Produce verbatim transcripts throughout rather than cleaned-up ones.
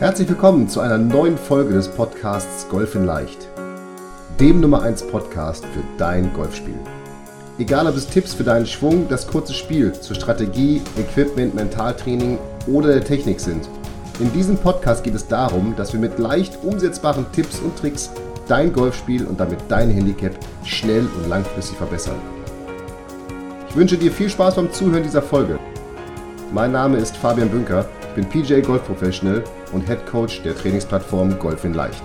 Herzlich willkommen zu einer neuen Folge des Podcasts Golf in Leicht, dem Nummer eins Podcast für dein Golfspiel. Egal ob es Tipps für deinen Schwung, das kurze Spiel, zur Strategie, Equipment, Mentaltraining oder der Technik sind. In diesem Podcast geht es darum, dass wir mit leicht umsetzbaren Tipps und Tricks dein Golfspiel und damit dein Handicap schnell und langfristig verbessern. Ich wünsche dir viel Spaß beim Zuhören dieser Folge. Mein Name ist Fabian Bünker, ich bin P G A Golf Professional und Head Coach der Trainingsplattform Golf in Leicht.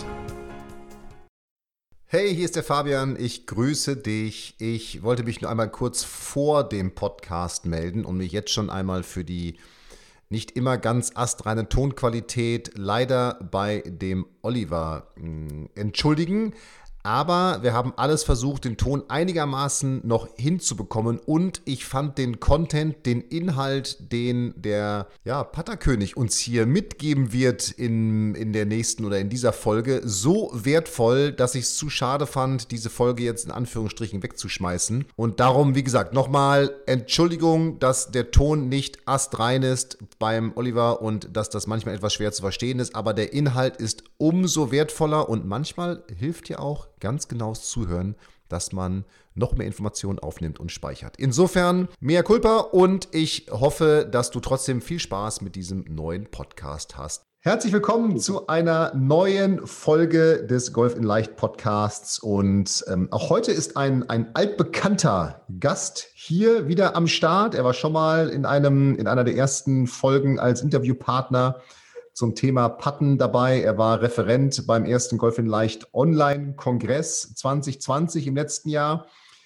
Hey, hier ist der Fabian, ich grüße dich. Ich wollte mich nur einmal kurz vor dem Podcast melden und mich jetzt schon einmal für die nicht immer ganz astreine Tonqualität leider bei dem Oliver mh, entschuldigen. Aber wir haben alles versucht, den Ton einigermaßen noch hinzubekommen und ich fand den Content, den Inhalt, den der ja, Putterkönig uns hier mitgeben wird in, in der nächsten oder in dieser Folge so wertvoll, dass ich es zu schade fand, diese Folge jetzt in Anführungsstrichen wegzuschmeißen. Und darum, wie gesagt, nochmal Entschuldigung, dass der Ton nicht astrein ist beim Oliver und dass das manchmal etwas schwer zu verstehen ist, aber der Inhalt ist umso wertvoller und manchmal hilft ja auch ganz genaues Zuhören, dass man noch mehr Informationen aufnimmt und speichert. Insofern, mea culpa und ich hoffe, dass du trotzdem viel Spaß mit diesem neuen Podcast hast. Herzlich willkommen zu einer neuen Folge des Golf in Leicht Podcasts und ähm, auch heute ist ein, ein altbekannter Gast hier wieder am Start. Er war schon mal in, einem, in einer der ersten Folgen als Interviewpartner zum Thema Putten dabei. Er war Referent beim ersten Golf in Leicht Online-Kongress zwanzig zwanzig im letzten Jahr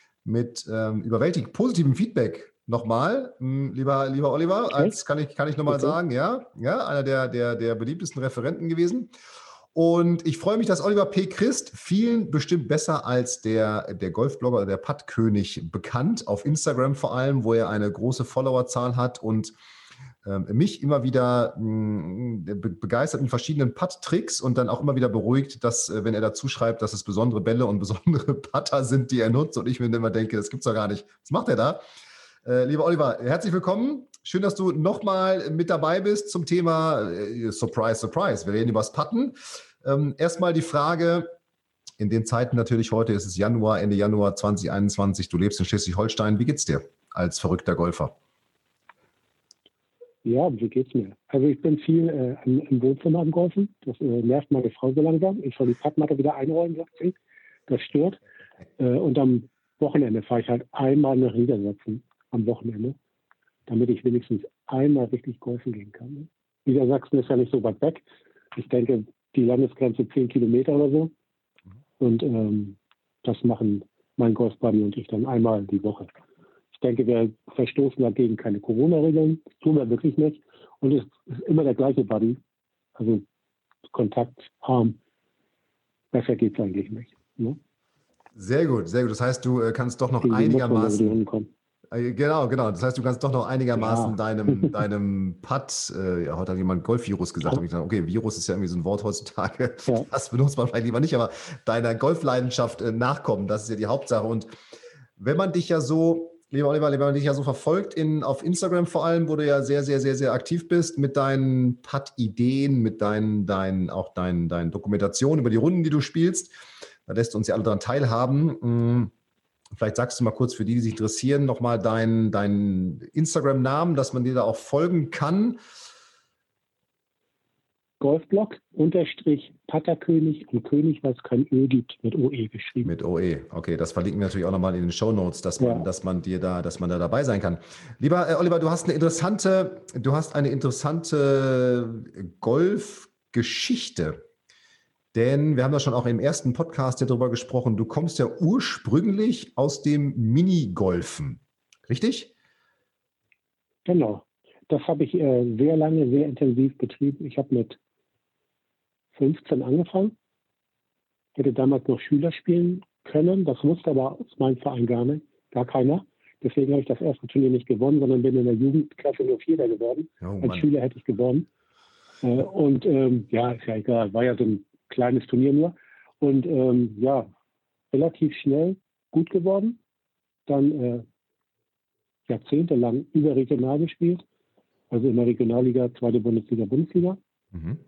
mit ähm, überwältigend positivem Feedback. Nochmal, mh, lieber, lieber Oliver, okay. als kann ich, kann ich nochmal okay. sagen, ja, ja, einer der, der, der beliebtesten Referenten gewesen. Und ich freue mich, dass Oliver P. Christ, vielen bestimmt besser als der, der Golfblogger, der Puttkönig bekannt, auf Instagram vor allem, wo er eine große Followerzahl hat und mich immer wieder mh, begeistert in verschiedenen Putt-Tricks und dann auch immer wieder beruhigt, dass, wenn er dazu schreibt, dass es besondere Bälle und besondere Putter sind, die er nutzt und ich mir immer denke, das gibt's doch gar nicht. Was macht er da? Äh, lieber Oliver, herzlich willkommen. Schön, dass du nochmal mit dabei bist zum Thema äh, Surprise, Surprise. Wir reden über das Putten. Ähm, erstmal die Frage, in den Zeiten natürlich, heute ist es Januar, Ende Januar zwanzig einundzwanzig, du lebst in Schleswig-Holstein. Wie geht's dir als verrückter Golfer? Ja, wie geht's mir? Also ich bin viel äh, im, im Wohnzimmer am Golfen. Das äh, nervt meine Frau so langsam. Ich soll die Puttmatte wieder einräumen, sagt sie. Das stört. Äh, und am Wochenende fahre ich halt einmal nach Niedersachsen am Wochenende, damit ich wenigstens einmal richtig golfen gehen kann. Ne? Niedersachsen ist ja nicht so weit weg. Ich denke, die Landesgrenze zehn Kilometer oder so. Und ähm, das machen mein Golfbuddy und ich dann einmal die Woche. Ich denke, wir verstoßen dagegen keine Corona-Regeln. Das tun wir wirklich nicht. Und es ist immer der gleiche Buddy. Also kontaktarm. Besser geht es eigentlich nicht. Ne? Sehr gut, sehr gut. Das heißt, du kannst doch noch Gegen einigermaßen... Genau, genau. Das heißt, du kannst doch noch einigermaßen ja. deinem, deinem Putt, äh, ja, heute hat jemand Golfvirus gesagt, habe ich gesagt, okay, Virus ist ja irgendwie so ein Wort heutzutage, ja. das benutzt man vielleicht lieber nicht, aber deiner Golfleidenschaft äh, nachkommen, das ist ja die Hauptsache. Und wenn man dich ja so... Lieber Oliver, wenn man dich ja so verfolgt, in, auf Instagram vor allem, wo du ja sehr, sehr, sehr, sehr aktiv bist mit deinen Putt-Ideen, mit deinen, deinen, auch deinen, deinen Dokumentationen über die Runden, die du spielst. Da lässt du uns ja alle daran teilhaben. Vielleicht sagst du mal kurz für die, die sich interessieren, nochmal deinen, deinen Instagram-Namen, dass man dir da auch folgen kann. Golfblog unterstrich Putterkönig und König, weil es kein Ö gibt, mit O E geschrieben. Mit O E, okay, das verlinken wir natürlich auch nochmal in den Shownotes, dass man, ja. dass man dir da, dass man da dabei sein kann. Lieber äh, Oliver, du hast eine interessante, du hast eine interessante Golfgeschichte. Denn wir haben ja schon auch im ersten Podcast ja darüber gesprochen, du kommst ja ursprünglich aus dem Minigolfen, richtig? Genau. Das habe ich äh, sehr lange, sehr intensiv betrieben. Ich habe mit fünfzehn angefangen. Hätte damals noch Schüler spielen können. Das wusste aber aus meinem Verein gar nicht, gar keiner. Deswegen habe ich das erste Turnier nicht gewonnen, sondern bin in der Jugendklasse nur Vierter geworden. Oh, Als Schüler hätte ich gewonnen. Äh, und ähm, ja, ist ja egal. War ja so ein kleines Turnier nur. Und ähm, ja, relativ schnell gut geworden. Dann äh, jahrzehntelang überregional gespielt. Also in der Regionalliga, zweite Bundesliga, Bundesliga. Mhm.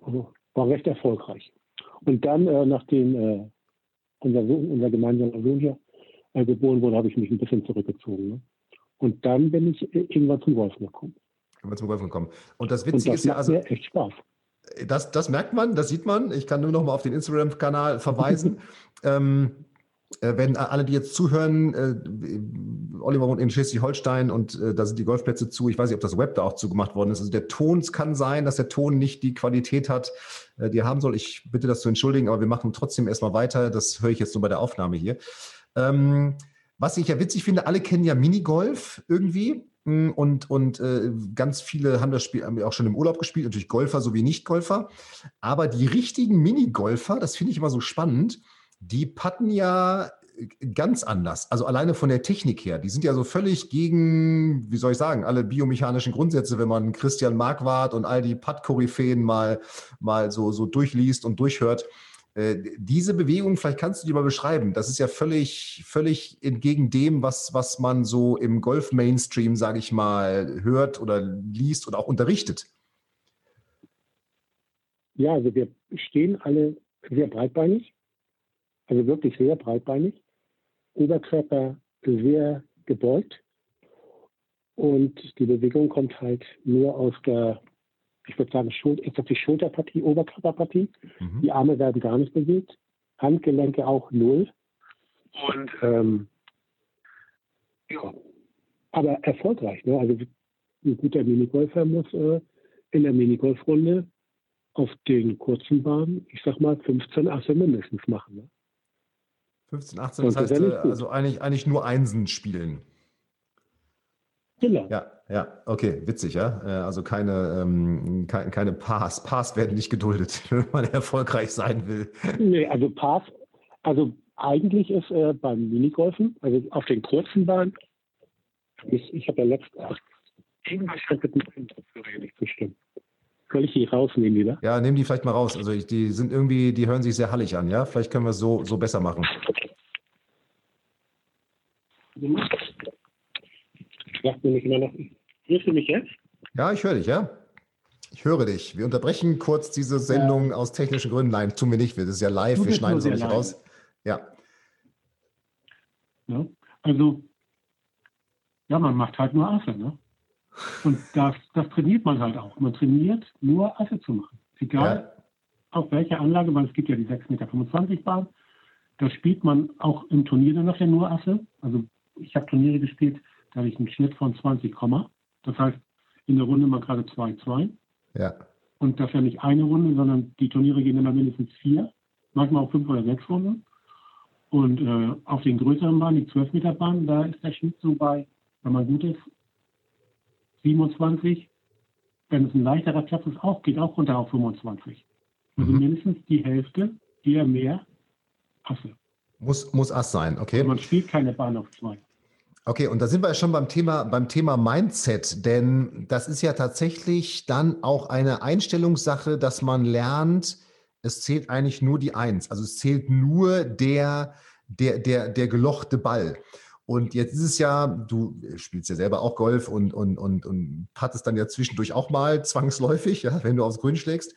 also war recht erfolgreich. Und dann, äh, nachdem äh, unser Sohn, unser gemeinsamer Sohn hier äh, geboren wurde, habe ich mich ein bisschen zurückgezogen. Ne? Und dann bin ich äh, irgendwann zum Golfen gekommen. Irgendwann zum Golfen gekommen. Und das Und Witzige das ist ja, macht also mir echt Spaß. das, das merkt man, das sieht man. Ich kann nur noch mal auf den Instagram-Kanal verweisen. ähm, äh, wenn alle, die jetzt zuhören, äh, Oliver wohnt in Schleswig-Holstein und äh, da sind die Golfplätze zu. Ich weiß nicht, ob das Web da auch zugemacht worden ist. Also der Ton, es kann sein, dass der Ton nicht die Qualität hat, äh, die er haben soll. Ich bitte das zu entschuldigen, aber wir machen trotzdem erstmal weiter. Das höre ich jetzt nur bei der Aufnahme hier. Ähm, was ich ja witzig finde, alle kennen ja Minigolf irgendwie. Und, und äh, ganz viele haben das Spiel haben auch schon im Urlaub gespielt, natürlich Golfer sowie Nicht-Golfer. Aber die richtigen Minigolfer, das finde ich immer so spannend, die putten ja ganz anders. Also alleine von der Technik her. Die sind ja so völlig gegen, wie soll ich sagen, alle biomechanischen Grundsätze, wenn man Christian Marquardt und all die Putt-Koryphäen mal, mal so, so durchliest und durchhört. Diese Bewegung, vielleicht kannst du die mal beschreiben, das ist ja völlig, völlig entgegen dem, was, was man so im Golf-Mainstream, sage ich mal, hört oder liest oder auch unterrichtet. Ja, also wir stehen alle sehr breitbeinig, also wirklich sehr breitbeinig, Oberkörper sehr gebeugt und die Bewegung kommt halt nur aus der, ich würde sagen, Schul- ist das die Schulterpartie, Oberkörperpartie. Mhm. Die Arme werden gar nicht bewegt, Handgelenke auch null. Und ähm, ja, aber erfolgreich. Ne? Also ein guter Minigolfer muss äh, in der Minigolfrunde auf den kurzen Bahnen, ich sag mal, fünfzehn Asse mindestens machen. Ne? fünfzehn, achtzehn, das heißt also eigentlich, eigentlich nur Einsen spielen. Genau. Ja, ja, okay, witzig, ja. Also keine, ähm, keine, keine Pars. Pars werden nicht geduldet, wenn man erfolgreich sein will. Nee, also Pars, also eigentlich ist äh, beim Minigolfen, also auf den kurzen Bahnen, ich, ich habe ja letztens, irgendwas scheint mit dem Kopfhörer nicht zu stimmen. Soll ich die rausnehmen wieder? Ja, nehmen die vielleicht mal raus. Also ich, die sind irgendwie, die hören sich sehr hallig an, ja? Vielleicht können wir es so, so besser machen. Ich sag mir nicht immer noch, hörst du mich jetzt? Ja, ich höre dich, ja. Ich höre dich. Wir unterbrechen kurz diese Sendung ja. aus technischen Gründen. Nein, tun wir nicht. Das ist ja live, wir schneiden es auch nicht live. raus. Ja. ja. Also, ja, man macht halt nur Asse, ne? Und das, das trainiert man halt auch. Man trainiert nur Asse zu machen. Egal ja. auf welcher Anlage, weil es gibt ja die sechs Komma fünfundzwanzig Meter Bahn. Da spielt man auch im Turnier dann nachher nur Asse. Also ich habe Turniere gespielt, da hatte ich einen Schnitt von zwanzig, das heißt in der Runde mal gerade zwei zwei. Ja. Und das ja nicht eine Runde, sondern die Turniere gehen immer mindestens vier, manchmal auch fünf oder sechs Runden. Und äh, auf den größeren Bahnen, die zwölf Meter Bahn, da ist der Schnitt so bei, wenn man gut ist, siebenundzwanzig. Wenn es ein leichterer Platz ist, auch, geht auch runter auf fünfundzwanzig. Also mhm. mindestens die Hälfte, eher mehr Asse. Muss, muss Ass sein, okay. Und man spielt keine Bahn auf zwei. Okay, und da sind wir schon beim Thema, beim Thema Mindset, denn das ist ja tatsächlich dann auch eine Einstellungssache, dass man lernt, es zählt eigentlich nur die Eins. Also es zählt nur der, der, der, der gelochte Ball. Und jetzt ist es ja, du spielst ja selber auch Golf und, und, und, und puttest dann ja zwischendurch auch mal zwangsläufig, ja, wenn du aufs Grün schlägst.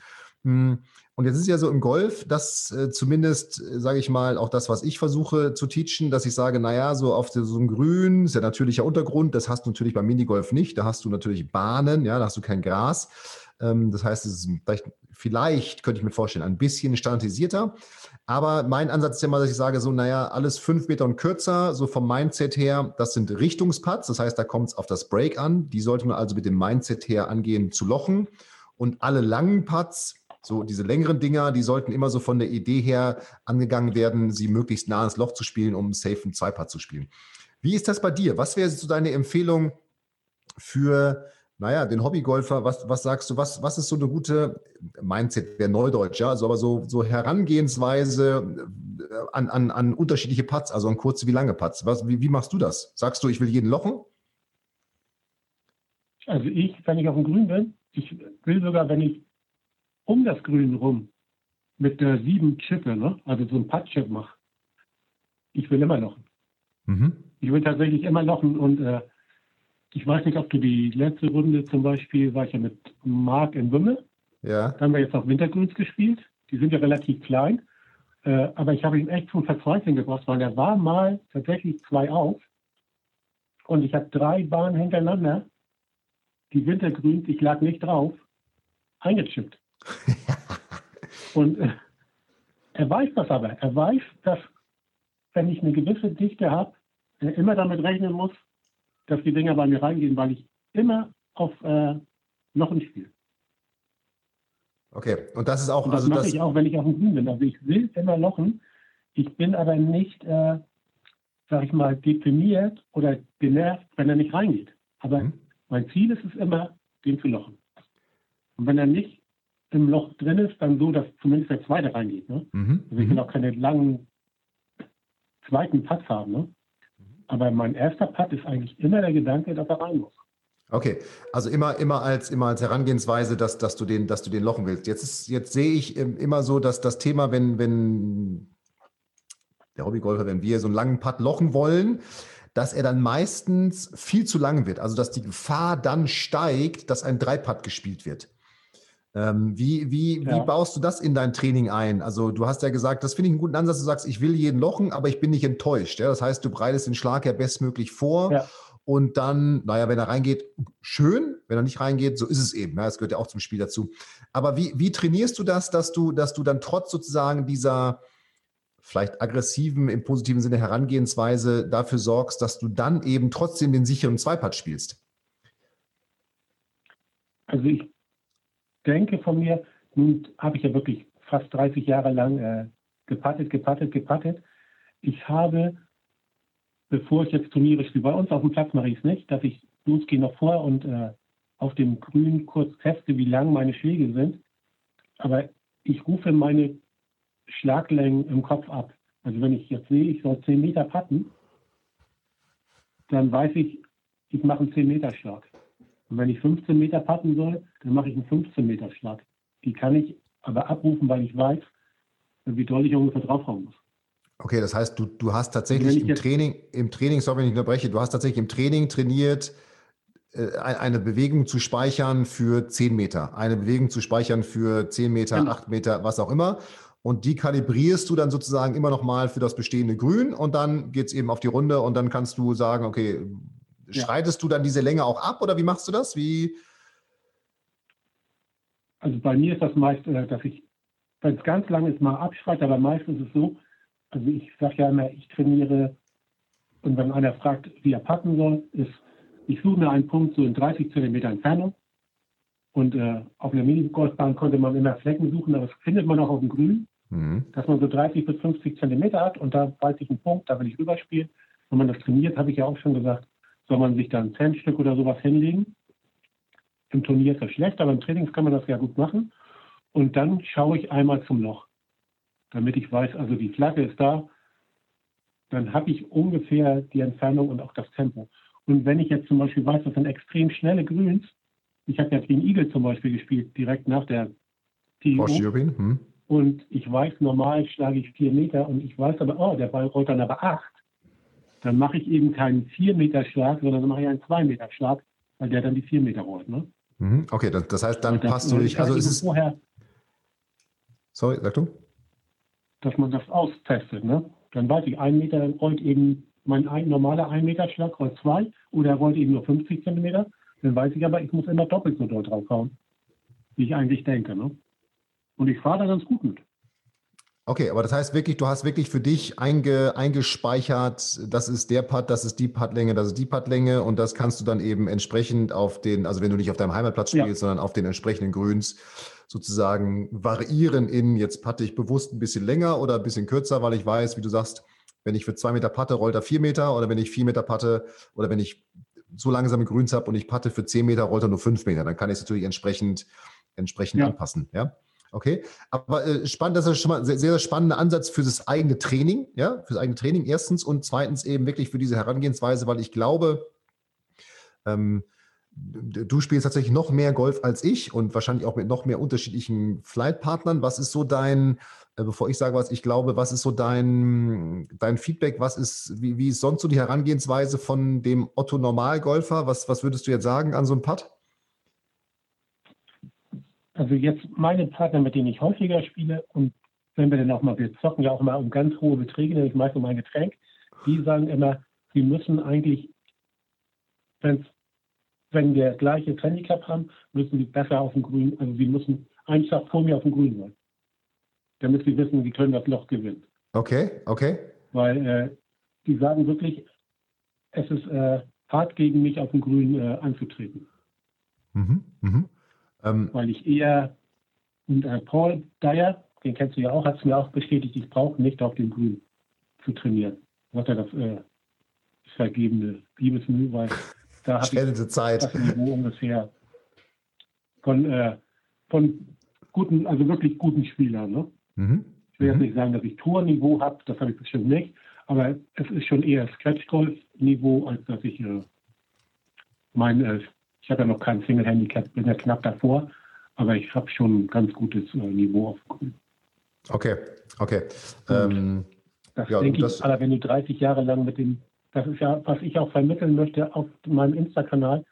Und jetzt ist es ja so im Golf, dass äh, zumindest, äh, sage ich mal, auch das, was ich versuche zu teachen, dass ich sage, naja, so auf so einem Grün ist ja natürlicher Untergrund, das hast du natürlich beim Minigolf nicht, da hast du natürlich Bahnen, ja, da hast du kein Gras. Ähm, das heißt, es ist vielleicht, vielleicht, könnte ich mir vorstellen, ein bisschen standardisierter. Aber mein Ansatz ist ja mal, dass ich sage, so, naja, alles fünf Meter und kürzer, so vom Mindset her, das sind Richtungsputts, das heißt, da kommt es auf das Break an. Die sollte man also mit dem Mindset her angehen zu lochen. Und alle langen Putts, so diese längeren Dinger, die sollten immer so von der Idee her angegangen werden, sie möglichst nah ins Loch zu spielen, um safe einen Zwei-Putt zu spielen. Wie ist das bei dir? Was wäre so deine Empfehlung für, naja, den Hobbygolfer? Was, was sagst du, was, was ist so eine gute Mindset, wäre Neudeutsch, ja, also aber so, so Herangehensweise an, an, an unterschiedliche Putts, also an kurze wie lange Putts. Was, wie, wie machst du das? Sagst du, ich will jeden lochen? Also ich, wenn ich auf dem Grün bin, ich will sogar, wenn ich um das Grün rum mit der sieben Chippe, ne? Also so ein Putt-Chip mache. Ich will immer lochen. Mhm. Ich will tatsächlich immer lochen und äh, ich weiß nicht, ob du die letzte Runde zum Beispiel, war ich ja mit Marc in Wümme Ja. Da haben wir jetzt auf Wintergrüns gespielt. Die sind ja relativ klein. Äh, aber ich habe ihn echt zum Verzweifeln gebracht, weil er war mal tatsächlich zwei auf. Und ich habe drei Bahnen hintereinander, die Wintergrüns, ich lag nicht drauf, eingechippt. Und äh, er weiß das aber. Er weiß, dass, wenn ich eine gewisse Dichte habe, er immer damit rechnen muss, dass die Dinger bei mir reingehen, weil ich immer auf äh, Lochen spiele. Okay, und das ist auch, Und das also mache das, ich auch, wenn ich auf dem Grün bin. Also ich will immer lochen. Ich bin aber nicht, äh, sag ich mal, deprimiert oder genervt, wenn er nicht reingeht. Aber Mhm. mein Ziel ist es immer, den zu lochen. Und wenn er nicht im Loch drin ist, dann so, dass zumindest der zweite reingeht. Ne? mhm. Also ich will auch keine langen zweiten Putts haben. Ne? Aber mein erster Putt ist eigentlich immer der Gedanke, dass er rein muss. Okay, also immer, immer als, immer als Herangehensweise, dass, dass du den, dass du den lochen willst. Jetzt ist, jetzt sehe ich ähm, immer so, dass das Thema, wenn, wenn der Hobbygolfer, wenn wir so einen langen Putt lochen wollen, dass er dann meistens viel zu lang wird. Also, dass die Gefahr dann steigt, dass ein Drei-Putt gespielt wird. Ähm, wie, wie, Ja. wie baust du das in dein Training ein? Also, du hast ja gesagt, das finde ich einen guten Ansatz. Du sagst, ich will jeden lochen, aber ich bin nicht enttäuscht. Ja? Das heißt, du bereitest den Schlag ja bestmöglich vor. Ja. Und dann, naja, wenn er reingeht, schön. Wenn er nicht reingeht, so ist es eben. Ja, das gehört ja auch zum Spiel dazu. Aber wie, wie trainierst du das, dass du, dass du dann trotz sozusagen dieser vielleicht aggressiven, im positiven Sinne Herangehensweise dafür sorgst, dass du dann eben trotzdem den sicheren Zweipad spielst? Also ich denke von mir, nun habe ich ja wirklich fast dreißig Jahre lang äh, gepattet, gepattet, gepattet. Ich habe, bevor ich jetzt Turniere spiele, bei uns auf dem Platz mache ich es nicht, dass ich losgehe noch vor und äh, auf dem Grün kurz teste, wie lang meine Schläge sind. Aber ich rufe meine Schlaglängen im Kopf ab. Also wenn ich jetzt sehe, ich soll zehn Meter patten, dann weiß ich, ich mache einen zehn Meter Schlag. Und wenn ich fünfzehn Meter patten soll, dann mache ich einen fünfzehn Meter Schlag. Die kann ich aber abrufen, weil ich weiß, wie doll ich ungefähr draufhauen muss. Okay, das heißt, du, du hast Wenn tatsächlich ich im jetzt- Training, im Training, sorry, wenn ich unterbreche, du hast tatsächlich im Training trainiert, äh, eine Bewegung zu speichern für zehn Meter, eine Bewegung zu speichern für zehn Meter, Genau. acht Meter, was auch immer. Und die kalibrierst du dann sozusagen immer noch mal für das bestehende Grün und dann geht es eben auf die Runde und dann kannst du sagen, okay, Ja. schreitest du dann diese Länge auch ab oder wie machst du das? Wie? Also bei mir ist das meist, äh, dass ich, wenn es ganz lang ist, mal abschreite, aber meistens ist es so, also ich sage ja immer, ich trainiere und wenn einer fragt, wie er packen soll, ist, ich suche mir einen Punkt so in dreißig Zentimeter Entfernung und äh, auf einer Minigolfbahn konnte man immer Flecken suchen, aber das findet man auch auf dem Grün, Mhm. dass man so dreißig bis fünfzig Zentimeter hat und da weiß ich einen Punkt, da will ich rüberspielen. Wenn man das trainiert, habe ich ja auch schon gesagt, soll man sich da ein Centstück oder sowas hinlegen. Im Turnier ist das schlecht, aber im Training kann man das ja gut machen. Und dann schaue ich einmal zum Loch, damit ich weiß, also die Flagge ist da. Dann habe ich ungefähr die Entfernung und auch das Tempo. Und wenn ich jetzt zum Beispiel weiß, das sind extrem schnelle Grüns, ich habe ja gegen Eagle zum Beispiel gespielt, direkt nach der T I O. Porsche European? Hm. Und ich weiß, normal schlage ich vier Meter und ich weiß aber, oh, der Ball rollt dann aber acht. Dann mache ich eben keinen vier Meter Schlag, sondern dann mache ich einen zwei Meter Schlag, weil der dann die vier Meter rollt. Ne? Mhm. Okay, das, das heißt, dann Das, passt du äh, dich, also weiß es ich ist, vorher, sorry, sag du? dass man das austestet. Ne? Dann weiß ich, ein Meter rollt eben, mein ein, normaler ein Meter Schlag rollt zwei oder er rollt eben nur fünfzig Zentimeter. Dann weiß ich aber, ich muss immer doppelt so doll draufhauen, wie ich eigentlich denke. Ne? Und ich fahre da ganz gut mit. Okay, aber das heißt wirklich, du hast wirklich für dich einge, eingespeichert, das ist der Putt, das ist die Puttlänge, das ist die Puttlänge und das kannst du dann eben entsprechend auf den, also wenn du nicht auf deinem Heimatplatz spielst, Ja. sondern auf den entsprechenden Grüns sozusagen variieren in, jetzt putte ich bewusst ein bisschen länger oder ein bisschen kürzer, weil ich weiß, wie du sagst, wenn ich für zwei Meter putte, rollt er vier Meter oder wenn ich vier Meter putte oder wenn ich so langsame Grüns habe und ich putte für zehn Meter, rollt er nur fünf Meter, dann kann ich es natürlich entsprechend, entsprechend Ja. anpassen, ja. Okay, aber äh, spannend, das ist schon mal ein sehr, sehr spannender Ansatz für das eigene Training, ja, für das eigene Training erstens und zweitens eben wirklich für diese Herangehensweise, weil ich glaube, ähm, du spielst tatsächlich noch mehr Golf als ich und wahrscheinlich auch mit noch mehr unterschiedlichen Flightpartnern. Was ist so dein, äh, bevor ich sage, was ich glaube, was ist so dein, dein Feedback? Was ist, wie, wie ist sonst so die Herangehensweise von dem Otto Normalgolfer? Was, was würdest du jetzt sagen an so einem Putt? also jetzt meine Partner, mit denen ich häufiger spiele und wenn wir dann auch mal, wir zocken ja auch mal um ganz hohe Beträge, nämlich meist um ein Getränk, die sagen immer, sie müssen eigentlich, wenn's, wenn wir gleiches Handicap haben, müssen sie besser auf dem Grün, also sie müssen einen Schlag vor mir auf dem Grün sein, damit sie wissen, sie können das Loch gewinnen. Okay, okay. Weil äh, die sagen wirklich, es ist äh, hart gegen mich auf dem Grün äh, anzutreten. Mhm, mhm. Ähm, Weil ich eher, und äh, Paul Dyer, den kennst du ja auch, hat es mir auch bestätigt, ich brauche nicht auf dem Grün zu trainieren. Sagt er, das äh, ist vergebene Liebesmühe, weil da habe ich Zeit. das Niveau ungefähr von, äh, von guten, also wirklich guten Spielern. Ne? Mhm. Ich will jetzt mhm. nicht sagen, dass ich Tourniveau habe, das habe ich bestimmt nicht, aber es ist schon eher Scratch-Golf-Niveau, als dass ich äh, mein, äh, ich habe ja noch kein Single-Handicap, bin ja knapp davor, aber ich habe schon ein ganz gutes äh, Niveau auf Grün. Okay, okay. Ähm, das ja, denke das, ich, aber wenn du dreißig Jahre lang mit dem, das ist ja, was ich auch vermitteln möchte auf meinem Insta-Kanal,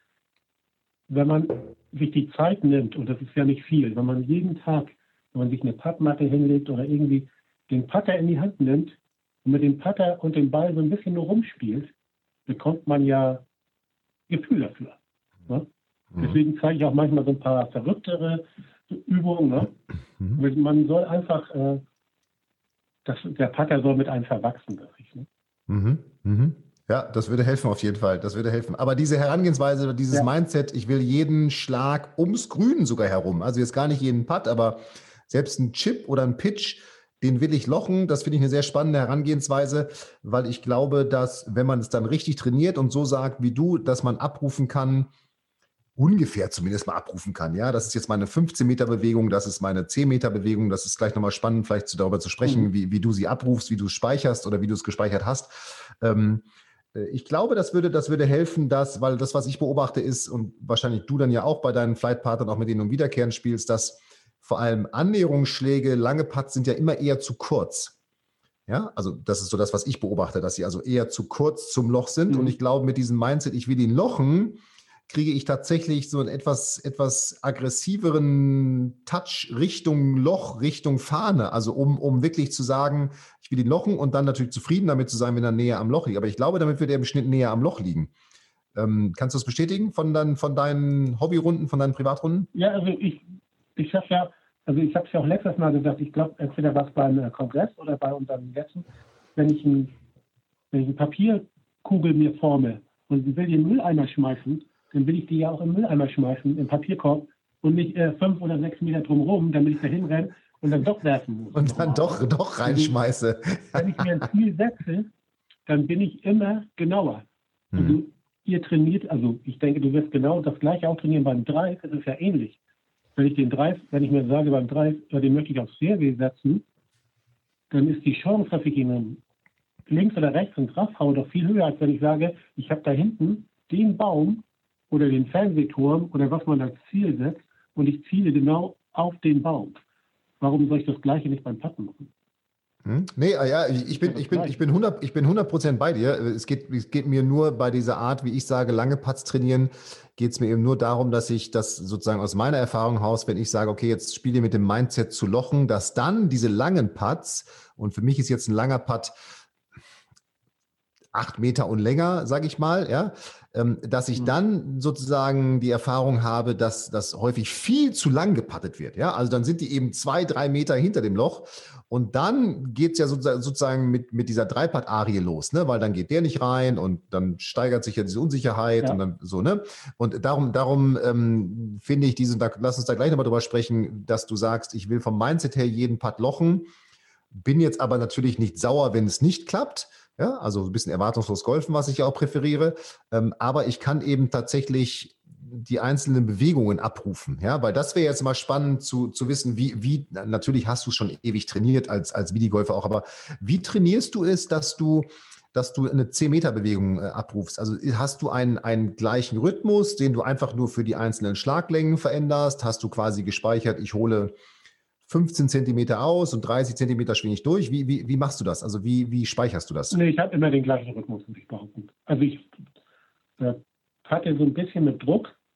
wenn man sich die Zeit nimmt, und das ist ja nicht viel, wenn man jeden Tag, wenn man sich eine Puttmatte hinlegt oder irgendwie den Putter in die Hand nimmt und mit dem Putter und dem Ball so ein bisschen nur rumspielt, bekommt man ja Gefühl dafür. Ne? Mhm. Deswegen zeige ich auch manchmal so ein paar verrücktere Übungen. Ne? Mhm. Man soll einfach, äh, das, der Putter soll mit einem verwachsen, sag ich. Ne? Mhm. Mhm. Ja, das würde helfen auf jeden Fall. Das würde helfen. Aber diese Herangehensweise oder dieses ja. Mindset, ich will jeden Schlag ums Grün sogar herum, also jetzt gar nicht jeden Putt, aber selbst ein Chip oder ein Pitch, den will ich lochen. Das finde ich eine sehr spannende Herangehensweise, weil ich glaube, dass wenn man es dann richtig trainiert und so sagt wie du, dass man abrufen kann, ungefähr zumindest mal abrufen kann. Ja, das ist jetzt meine fünfzehn Meter Bewegung, das ist meine zehn Meter Bewegung. Das ist gleich nochmal spannend, vielleicht darüber zu sprechen, mhm. wie, wie du sie abrufst, wie du es speicherst oder wie du es gespeichert hast. Ähm, ich glaube, das würde, das würde helfen, dass, weil das, was ich beobachte, ist, und wahrscheinlich du dann ja auch bei deinen Flightpartnern, auch mit denen du wiederkehrend spielst, dass vor allem Annäherungsschläge, lange Putts sind ja immer eher zu kurz. Ja, also das ist so das, was ich beobachte, dass sie also eher zu kurz zum Loch sind. Mhm. Und ich glaube, mit diesem Mindset, ich will ihn lochen, kriege ich tatsächlich so einen etwas, etwas aggressiveren Touch Richtung Loch, Richtung Fahne. Also um, um wirklich zu sagen, ich will ihn lochen und dann natürlich zufrieden damit zu sein, wenn er näher am Loch liegt. Aber ich glaube, damit wird er im Schnitt näher am Loch liegen. Ähm, kannst du das bestätigen von, dein, von deinen Hobbyrunden, von deinen Privatrunden? Ja, also ich, ich habe ja, also ich habe es ja auch letztes Mal gesagt, ich glaube, entweder was beim äh, Kongress oder bei unserem letzten, wenn ich, ein, wenn ich eine Papierkugel mir forme und will den Mülleimer schmeißen, dann will ich die ja auch im Mülleimer schmeißen, im Papierkorb und nicht äh, fünf oder sechs Meter drumherum, damit ich da hinrenne und dann doch werfen muss. Und dann doch, doch reinschmeiße. Wenn ich mir ein Ziel setze, dann bin ich immer genauer. Hm. Also ihr trainiert, also ich denke, du wirst genau das gleiche auch trainieren beim Drive, das ist ja ähnlich. Wenn ich den Drive, wenn ich mir sage beim Drive, den möchte ich aufs Fairway setzen, dann ist die Chance, dass ich ihn links oder rechts und drauf haue, doch viel höher, als wenn ich sage, ich habe da hinten den Baum oder den Fernsehturm oder was man als Ziel setzt und ich ziele genau auf den Baum. Warum soll ich das Gleiche nicht beim Putten machen? Hm? Nee, ja, ich bin, ich bin, ich bin hundert, ich bin hundert Prozent bei dir. Es geht, es geht mir nur bei dieser Art, wie ich sage, lange Putts trainieren, geht es mir eben nur darum, dass ich das sozusagen aus meiner Erfahrung heraus, wenn ich sage, okay, jetzt spiele mit dem Mindset zu lochen, dass dann diese langen Putts, und für mich ist jetzt ein langer Putt acht Meter und länger, sage ich mal, ja, dass ich dann sozusagen die Erfahrung habe, dass das häufig viel zu lang gepattet wird. Ja, also dann sind die eben zwei, drei Meter hinter dem Loch und dann geht es ja sozusagen mit, mit dieser Dreipad-Arie los, ne, weil dann geht der nicht rein und dann steigert sich ja diese Unsicherheit ja. und dann so, ne, und darum, darum ähm, finde ich diesen, da, lass uns da gleich nochmal drüber sprechen, dass du sagst, ich will vom Mindset her jeden Putt lochen, bin jetzt aber natürlich nicht sauer, wenn es nicht klappt. Ja, also ein bisschen erwartungslos golfen, was ich ja auch präferiere. Ähm, aber ich kann eben tatsächlich die einzelnen Bewegungen abrufen. Ja, weil das wäre jetzt mal spannend zu, zu wissen, wie, wie, natürlich hast du schon ewig trainiert als, als Minigolfer auch, aber wie trainierst du es, dass du, dass du eine zehn Meter Bewegung äh, abrufst? Also hast du einen, einen gleichen Rhythmus, den du einfach nur für die einzelnen Schlaglängen veränderst? Hast du quasi gespeichert, ich hole fünfzehn Zentimeter aus und dreißig Zentimeter schwinge ich durch. Wie, wie, wie machst du das? Also wie, wie speicherst du das? Nee, ich habe immer den gleichen Rhythmus, muss ich behaupten. Also ich äh, hatte so ein bisschen mit Druck,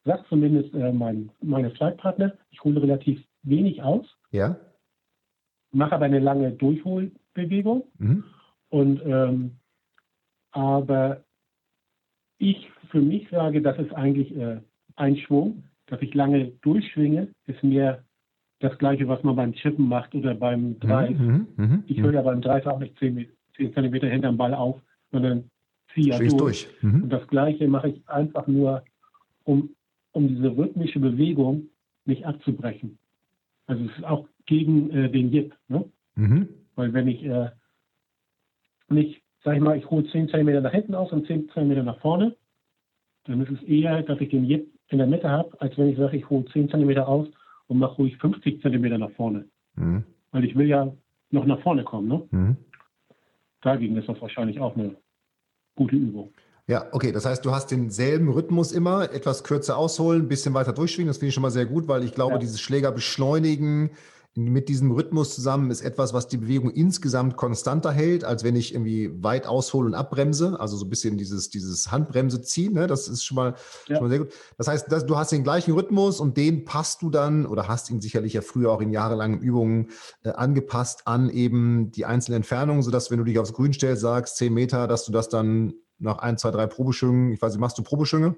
sagt zumindest äh, mein, meine Flightpartner, ich hole relativ wenig aus, Ja. mache aber eine lange Durchholbewegung. Mhm. Und ähm, aber ich für mich sage, das ist eigentlich äh, ein Schwung, dass ich lange durchschwinge, ist mir das Gleiche, was man beim Chippen macht oder beim Drive. Mhm. Mhm. Ich höre ja beim Drive auch nicht zehn Zentimeter hinterm Ball auf, sondern ziehe ja Schwingst durch. durch. Mhm. Und das Gleiche mache ich einfach nur, um, um diese rhythmische Bewegung nicht abzubrechen. Also es ist auch gegen äh, den Jip. Ne? Mhm. Weil wenn ich äh, nicht, sag ich mal, ich hole zehn Zentimeter nach hinten aus und zehn Zentimeter nach vorne, dann ist es eher, dass ich den Jip in der Mitte habe, als wenn ich sage, ich hole zehn Zentimeter aus und mache ruhig fünfzig Zentimeter nach vorne. Mhm. Weil ich will ja noch nach vorne kommen. Ne? Mhm. Dagegen ist das wahrscheinlich auch eine gute Übung. Ja, okay, das heißt, du hast denselben Rhythmus immer, etwas kürzer ausholen, ein bisschen weiter durchschwingen, das finde ich schon mal sehr gut, weil ich glaube, Ja. dieses Schläger beschleunigen mit diesem Rhythmus zusammen ist etwas, was die Bewegung insgesamt konstanter hält, als wenn ich irgendwie weit aushole und abbremse, also so ein bisschen dieses, dieses Handbremse ziehen, ne? Das ist schon mal, Ja. schon mal sehr gut. Das heißt, dass, du hast den gleichen Rhythmus und den passt du dann oder hast ihn sicherlich ja früher auch in jahrelangen Übungen äh, angepasst an eben die einzelnen Entfernungen, sodass, wenn du dich aufs Grün stellst, sagst zehn Meter, dass du das dann nach ein, zwei, drei Probeschwüngen, ich weiß nicht, machst du Probeschwünge?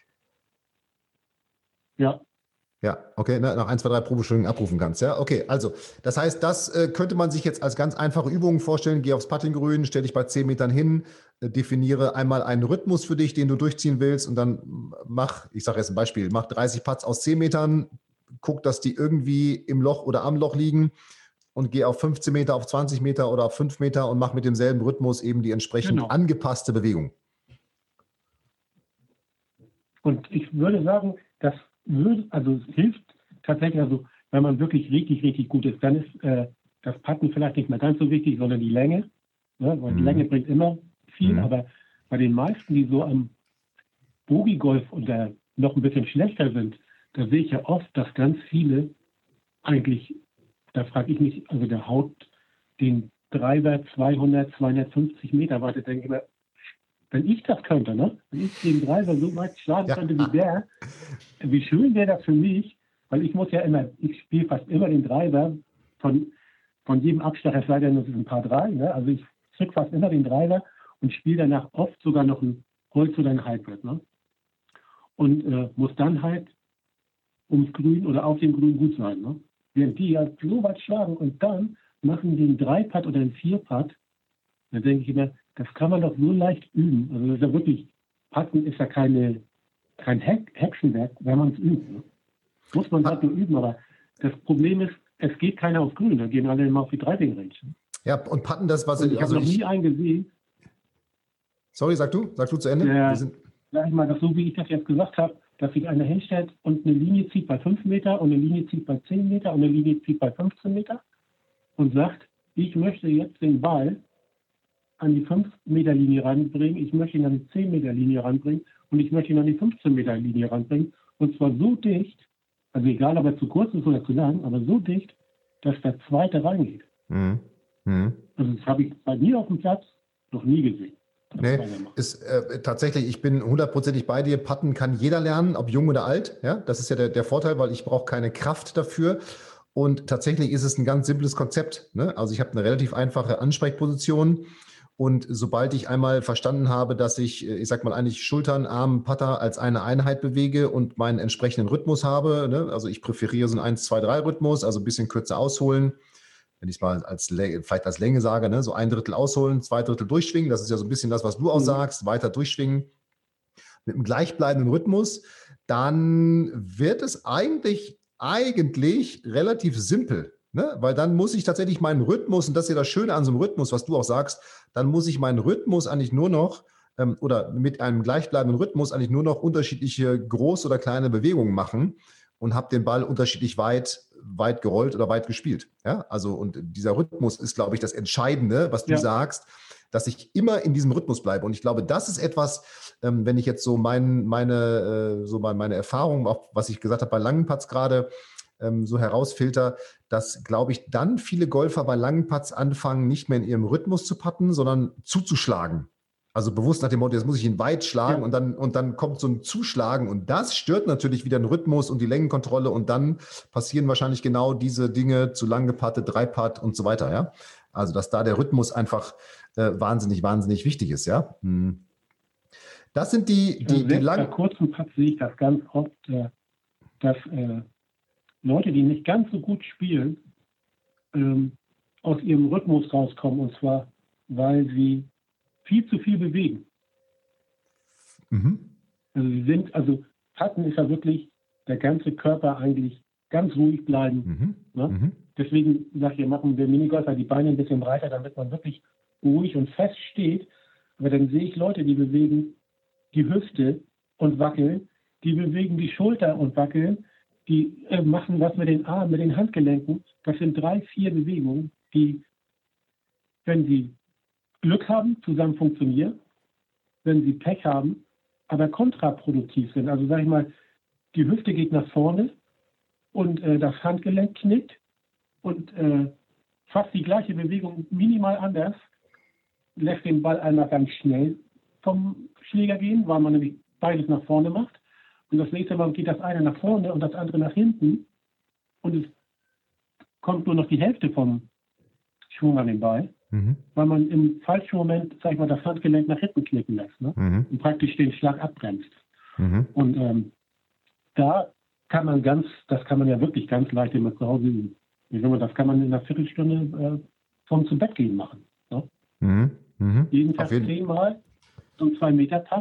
Ja. Ja, okay, ne, nach ein, zwei, drei Probeschwüngen abrufen kannst. Ja, okay, also das heißt, das äh, könnte man sich jetzt als ganz einfache Übung vorstellen. Geh aufs Puttinggrün, stell dich bei zehn Metern hin, äh, definiere einmal einen Rhythmus für dich, den du durchziehen willst und dann mach, ich sage jetzt ein Beispiel, mach dreißig Putts aus zehn Metern, guck, dass die irgendwie im Loch oder am Loch liegen und geh auf fünfzehn Meter, auf zwanzig Meter oder auf fünf Meter und mach mit demselben Rhythmus eben die entsprechend Genau. angepasste Bewegung. Und ich würde sagen, das würde, also es hilft tatsächlich, also wenn man wirklich richtig, richtig gut ist, dann ist äh, das Putten vielleicht nicht mehr ganz so wichtig, sondern die Länge. Ne? Weil die Mhm. Länge bringt immer viel, Mhm. aber bei den meisten, die so am Bogey-Golf oder noch ein bisschen schlechter sind, da sehe ich ja oft, dass ganz viele eigentlich, da frage ich mich, also der haut den Driver zweihundert, zweihundertfünfzig Meter weiter, denke ich mir, wenn ich das könnte, ne? Wenn ich den Driver so weit schlagen Ja. könnte wie der, wie schön wäre das für mich, weil ich muss ja immer, ich spiele fast immer den Driver von, von jedem Abschlag, es sei denn, das ist ein Paar drei, ne? Also ich zück fast immer den Driver und spiele danach oft sogar noch ein Holz oder ein Hybrid, ne? Und äh, muss dann halt ums Grün oder auf dem Grün gut sein, ne? Während die ja so weit schlagen und dann machen die einen Drei-Putt oder einen Vier-Putt, dann denke ich immer, das kann man doch so leicht üben. Also das ist ja wirklich, Putten ist ja keine, kein Hex- Hexenwerk, wenn man es übt. Ne? Muss man halt nur üben, aber das Problem ist, es geht keiner auf Grün, da gehen alle immer auf die Driving Range. Ja, und Putten, das, was Und ich also habe noch ich, nie einen gesehen, sorry, sag du, sag du zu Ende. der, Wir sind, sag ich mal, das so wie ich das jetzt gesagt habe, dass sich einer hinstellt und eine Linie zieht bei fünf Meter und eine Linie zieht bei zehn Meter und eine Linie zieht bei fünfzehn Meter und sagt, ich möchte jetzt den Ball an die fünf Meter Linie ranbringen, ich möchte ihn an die zehn Meter Linie ranbringen und ich möchte ihn an die fünfzehn Meter Linie ranbringen. Und zwar so dicht, also egal ob er zu kurz ist oder zu lang, aber so dicht, dass der zweite reingeht. mhm. Mhm. Also das habe ich bei mir auf dem Platz noch nie gesehen. dass Nee, einer macht. ist äh, tatsächlich, ich bin hundertprozentig bei dir. Putten kann jeder lernen, ob jung oder alt. Ja, das ist ja der, der Vorteil, weil ich brauche keine Kraft dafür. Und tatsächlich ist es ein ganz simples Konzept. Ne? Also ich habe eine relativ einfache Ansprechposition. Und sobald ich einmal verstanden habe, dass ich, äh, ich sag mal, eigentlich Schultern, Arm, Putter als eine Einheit bewege und meinen entsprechenden Rhythmus habe, ne? Also ich präferiere so einen eins, zwei, drei Rhythmus, also ein bisschen kürzer ausholen. Wenn ich es mal als, Lä- vielleicht als Länge sage, ne? So ein Drittel ausholen, zwei Drittel durchschwingen. Das ist ja so ein bisschen das, was du auch Mhm. sagst, weiter durchschwingen mit einem gleichbleibenden Rhythmus, dann wird es eigentlich, eigentlich relativ simpel. Ne? Weil dann muss ich tatsächlich meinen Rhythmus, und das ist ja das Schöne an so einem Rhythmus, was du auch sagst, dann muss ich meinen Rhythmus eigentlich nur noch, ähm, oder mit einem gleichbleibenden Rhythmus eigentlich nur noch unterschiedliche große oder kleine Bewegungen machen und habe den Ball unterschiedlich weit, weit gerollt oder weit gespielt. Ja? Also, und dieser Rhythmus ist, glaube ich, das Entscheidende, was du Ja. sagst, dass ich immer in diesem Rhythmus bleibe. Und ich glaube, das ist etwas, ähm, wenn ich jetzt so mein, meine, äh, so mein, meine Erfahrung, auch was ich gesagt habe bei langen Putts gerade, ähm, so herausfilter, dass, glaube ich, dann viele Golfer bei langen Putts anfangen, nicht mehr in ihrem Rhythmus zu putten, sondern zuzuschlagen. Also bewusst nach dem Motto, jetzt muss ich ihn weit schlagen Ja. und dann, und dann kommt so ein Zuschlagen und das stört natürlich wieder den Rhythmus und die Längenkontrolle und dann passieren wahrscheinlich genau diese Dinge, zu lang gepattet, Dreipatt und so weiter, ja. Also dass da der Rhythmus einfach äh, wahnsinnig, wahnsinnig wichtig ist, ja. Hm. Das sind die, die, Also die selbst bei lang... kurzen Putts sehe ich das ganz oft, äh, dass äh, Leute, die nicht ganz so gut spielen, ähm, aus ihrem Rhythmus rauskommen, und zwar, weil sie viel zu viel bewegen. Mhm. Also sie sind, also Putten ist ja wirklich der ganze Körper eigentlich ganz ruhig bleiben. Mhm. Ne? Mhm. Deswegen sage ich, wir machen wir Minigolfer die Beine ein bisschen breiter, damit man wirklich ruhig und fest steht. Aber dann sehe ich Leute, die bewegen die Hüfte und wackeln, die bewegen die Schulter und wackeln, die äh, machen was mit den Armen, mit den Handgelenken. Das sind drei, vier Bewegungen, die, wenn sie Glück haben, zusammen funktionieren, wenn sie Pech haben, aber kontraproduktiv sind. Also sage ich mal, die Hüfte geht nach vorne und äh, das Handgelenk knickt und äh, fast die gleiche Bewegung minimal anders, lässt den Ball einmal ganz schnell vom Schläger gehen, weil man nämlich beides nach vorne macht. Und das nächste Mal geht das eine nach vorne und das andere nach hinten. Und es kommt nur noch die Hälfte vom Schwung an den Ball, Mhm. weil man im falschen Moment, sag ich mal, das Handgelenk nach hinten knicken lässt, ne? Mhm. Und praktisch den Schlag abbremst. Mhm. Und ähm, da kann man ganz, das kann man ja wirklich ganz leicht immer zu Hause üben. Ich sag mal, das kann man in einer Viertelstunde äh, vom zu Bett gehen machen. Ne? Mhm. Mhm. Jeden Tag Auf jeden- zehnmal so ein zwei Meter Putt.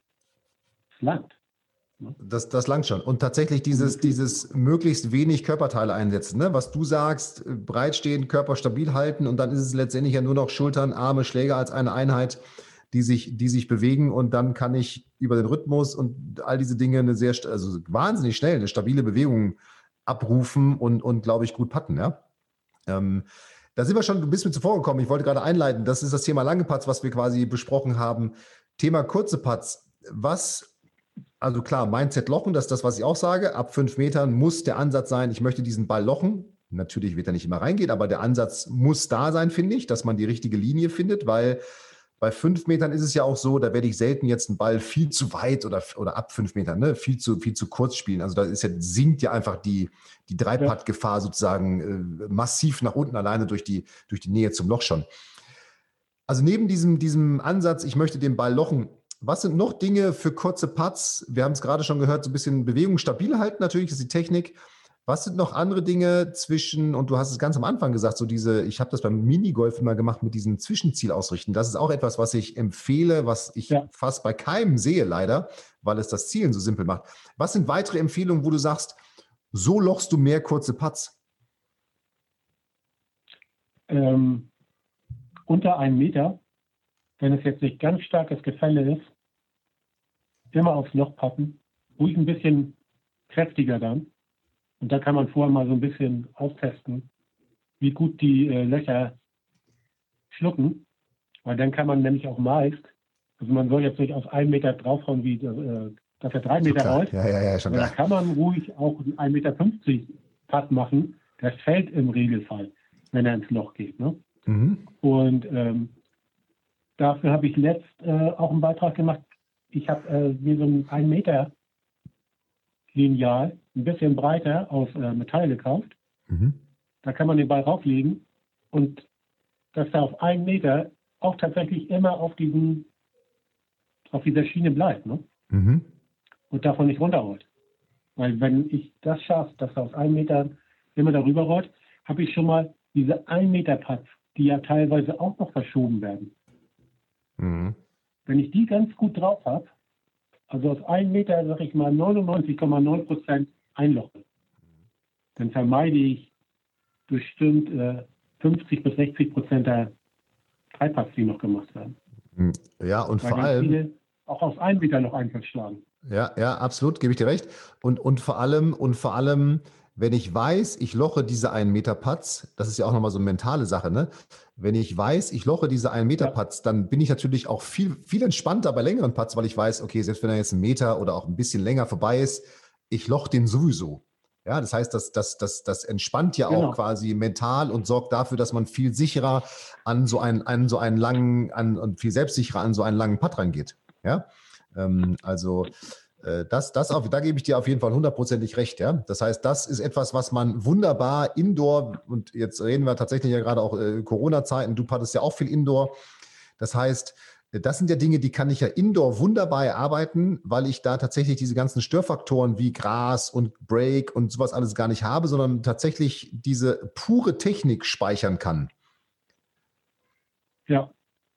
Das langt. Das, das langt schon. Und tatsächlich dieses, dieses möglichst wenig Körperteile einsetzen, ne? Was du sagst, äh, breit stehen, Körper stabil halten und dann ist es letztendlich ja nur noch Schultern, Arme, Schläger als eine Einheit, die sich, die sich bewegen und dann kann ich über den Rhythmus und all diese Dinge eine sehr, st- also wahnsinnig schnell eine stabile Bewegung abrufen und, und glaube ich, gut putten, ja. Ähm, da sind wir schon ein bisschen zuvor gekommen. Ich wollte gerade einleiten. Das ist das Thema lange Putts, was wir quasi besprochen haben. Thema kurze Putts. Was Also klar, Mindset lochen, das ist das, was ich auch sage. Ab fünf Metern muss der Ansatz sein, ich möchte diesen Ball lochen. Natürlich wird er nicht immer reingehen, aber der Ansatz muss da sein, finde ich, dass man die richtige Linie findet, weil bei fünf Metern ist es ja auch so, da werde ich selten jetzt einen Ball viel zu weit oder, oder ab fünf Metern, ne, viel zu, viel zu kurz spielen. Also da ist ja, sinkt ja einfach die, die Drei-Putt-Gefahr sozusagen äh, massiv nach unten, alleine durch die, durch die Nähe zum Loch schon. Also neben diesem, diesem Ansatz, ich möchte den Ball lochen, was sind noch Dinge für kurze Putts? Wir haben es gerade schon gehört, so ein bisschen Bewegung stabil halten, natürlich ist die Technik. Was sind noch andere Dinge zwischen, und du hast es ganz am Anfang gesagt, so diese, ich habe das beim Minigolf immer gemacht mit diesem Zwischenziel ausrichten. Das ist auch etwas, was ich empfehle, was ich Ja. fast bei keinem sehe leider, weil es das Zielen so simpel macht. Was sind weitere Empfehlungen, wo du sagst, so lochst du mehr kurze Putts? Ähm, unter einem Meter, wenn es jetzt nicht ganz starkes Gefälle ist, immer aufs Loch passen, ruhig ein bisschen kräftiger dann. Und da kann man vorher mal so ein bisschen austesten, wie gut die äh, Löcher schlucken. Weil dann kann man nämlich auch meist, also man soll jetzt nicht auf einen Meter draufhauen, wie äh, dass er drei Meter rollt. Ja, ja, ja, schon Aber da klar. kann man ruhig auch einen ein Meter fünfzig Putt machen. Das fällt im Regelfall, wenn er ins Loch geht. Ne? Mhm. Und ähm, dafür habe ich letzt äh, auch einen Beitrag gemacht. Ich habe äh, mir so ein ein Meter Lineal, ein bisschen breiter, aus äh, Metall gekauft. Mhm. Da kann man den Ball rauflegen und dass er auf einen Meter auch tatsächlich immer auf diesen, auf dieser Schiene bleibt, ne? Mhm. Und davon nicht runterrollt. Weil wenn ich das schaffe, dass er aus einem Meter immer darüber rollt, habe ich schon mal diese ein Meter Putts, die ja teilweise auch noch verschoben werden. Mhm. Wenn ich die ganz gut drauf habe, also aus einem Meter, sag ich mal, neunundneunzig Komma neun Prozent einloche, dann vermeide ich bestimmt äh, fünfzig bis sechzig Prozent der Dreiputts, die noch gemacht werden. Ja, und Weil vor ganz allem, viele auch aus einem Meter noch Einfall schlagen. ja, ja, absolut, gebe ich dir recht. Und, und vor allem, und vor allem, wenn ich weiß, ich loche diese einen Meter Putts, das ist ja auch nochmal so eine mentale Sache, ne? Wenn ich weiß, ich loche diese einen Meter Ja. Putts, dann bin ich natürlich auch viel, viel entspannter bei längeren Putts, weil ich weiß, okay, selbst wenn er jetzt einen Meter oder auch ein bisschen länger vorbei ist, ich loche den sowieso. Ja, das heißt, das, das, das, das entspannt ja Genau. auch quasi mental und sorgt dafür, dass man viel sicherer an so einen, an so einen langen, an, und viel selbstsicherer an so einen langen Putt rangeht. Ja, ähm, also äh, das, das auf, da gebe ich dir auf jeden Fall hundertprozentig recht. Ja, das heißt, das ist etwas, was man wunderbar Indoor, und jetzt reden wir tatsächlich ja gerade auch äh, Corona-Zeiten. Du puttest ja auch viel Indoor. Das heißt, das sind ja Dinge, die kann ich ja indoor wunderbar erarbeiten, weil ich da tatsächlich diese ganzen Störfaktoren wie Gras und Break und sowas alles gar nicht habe, sondern tatsächlich diese pure Technik speichern kann. Ja.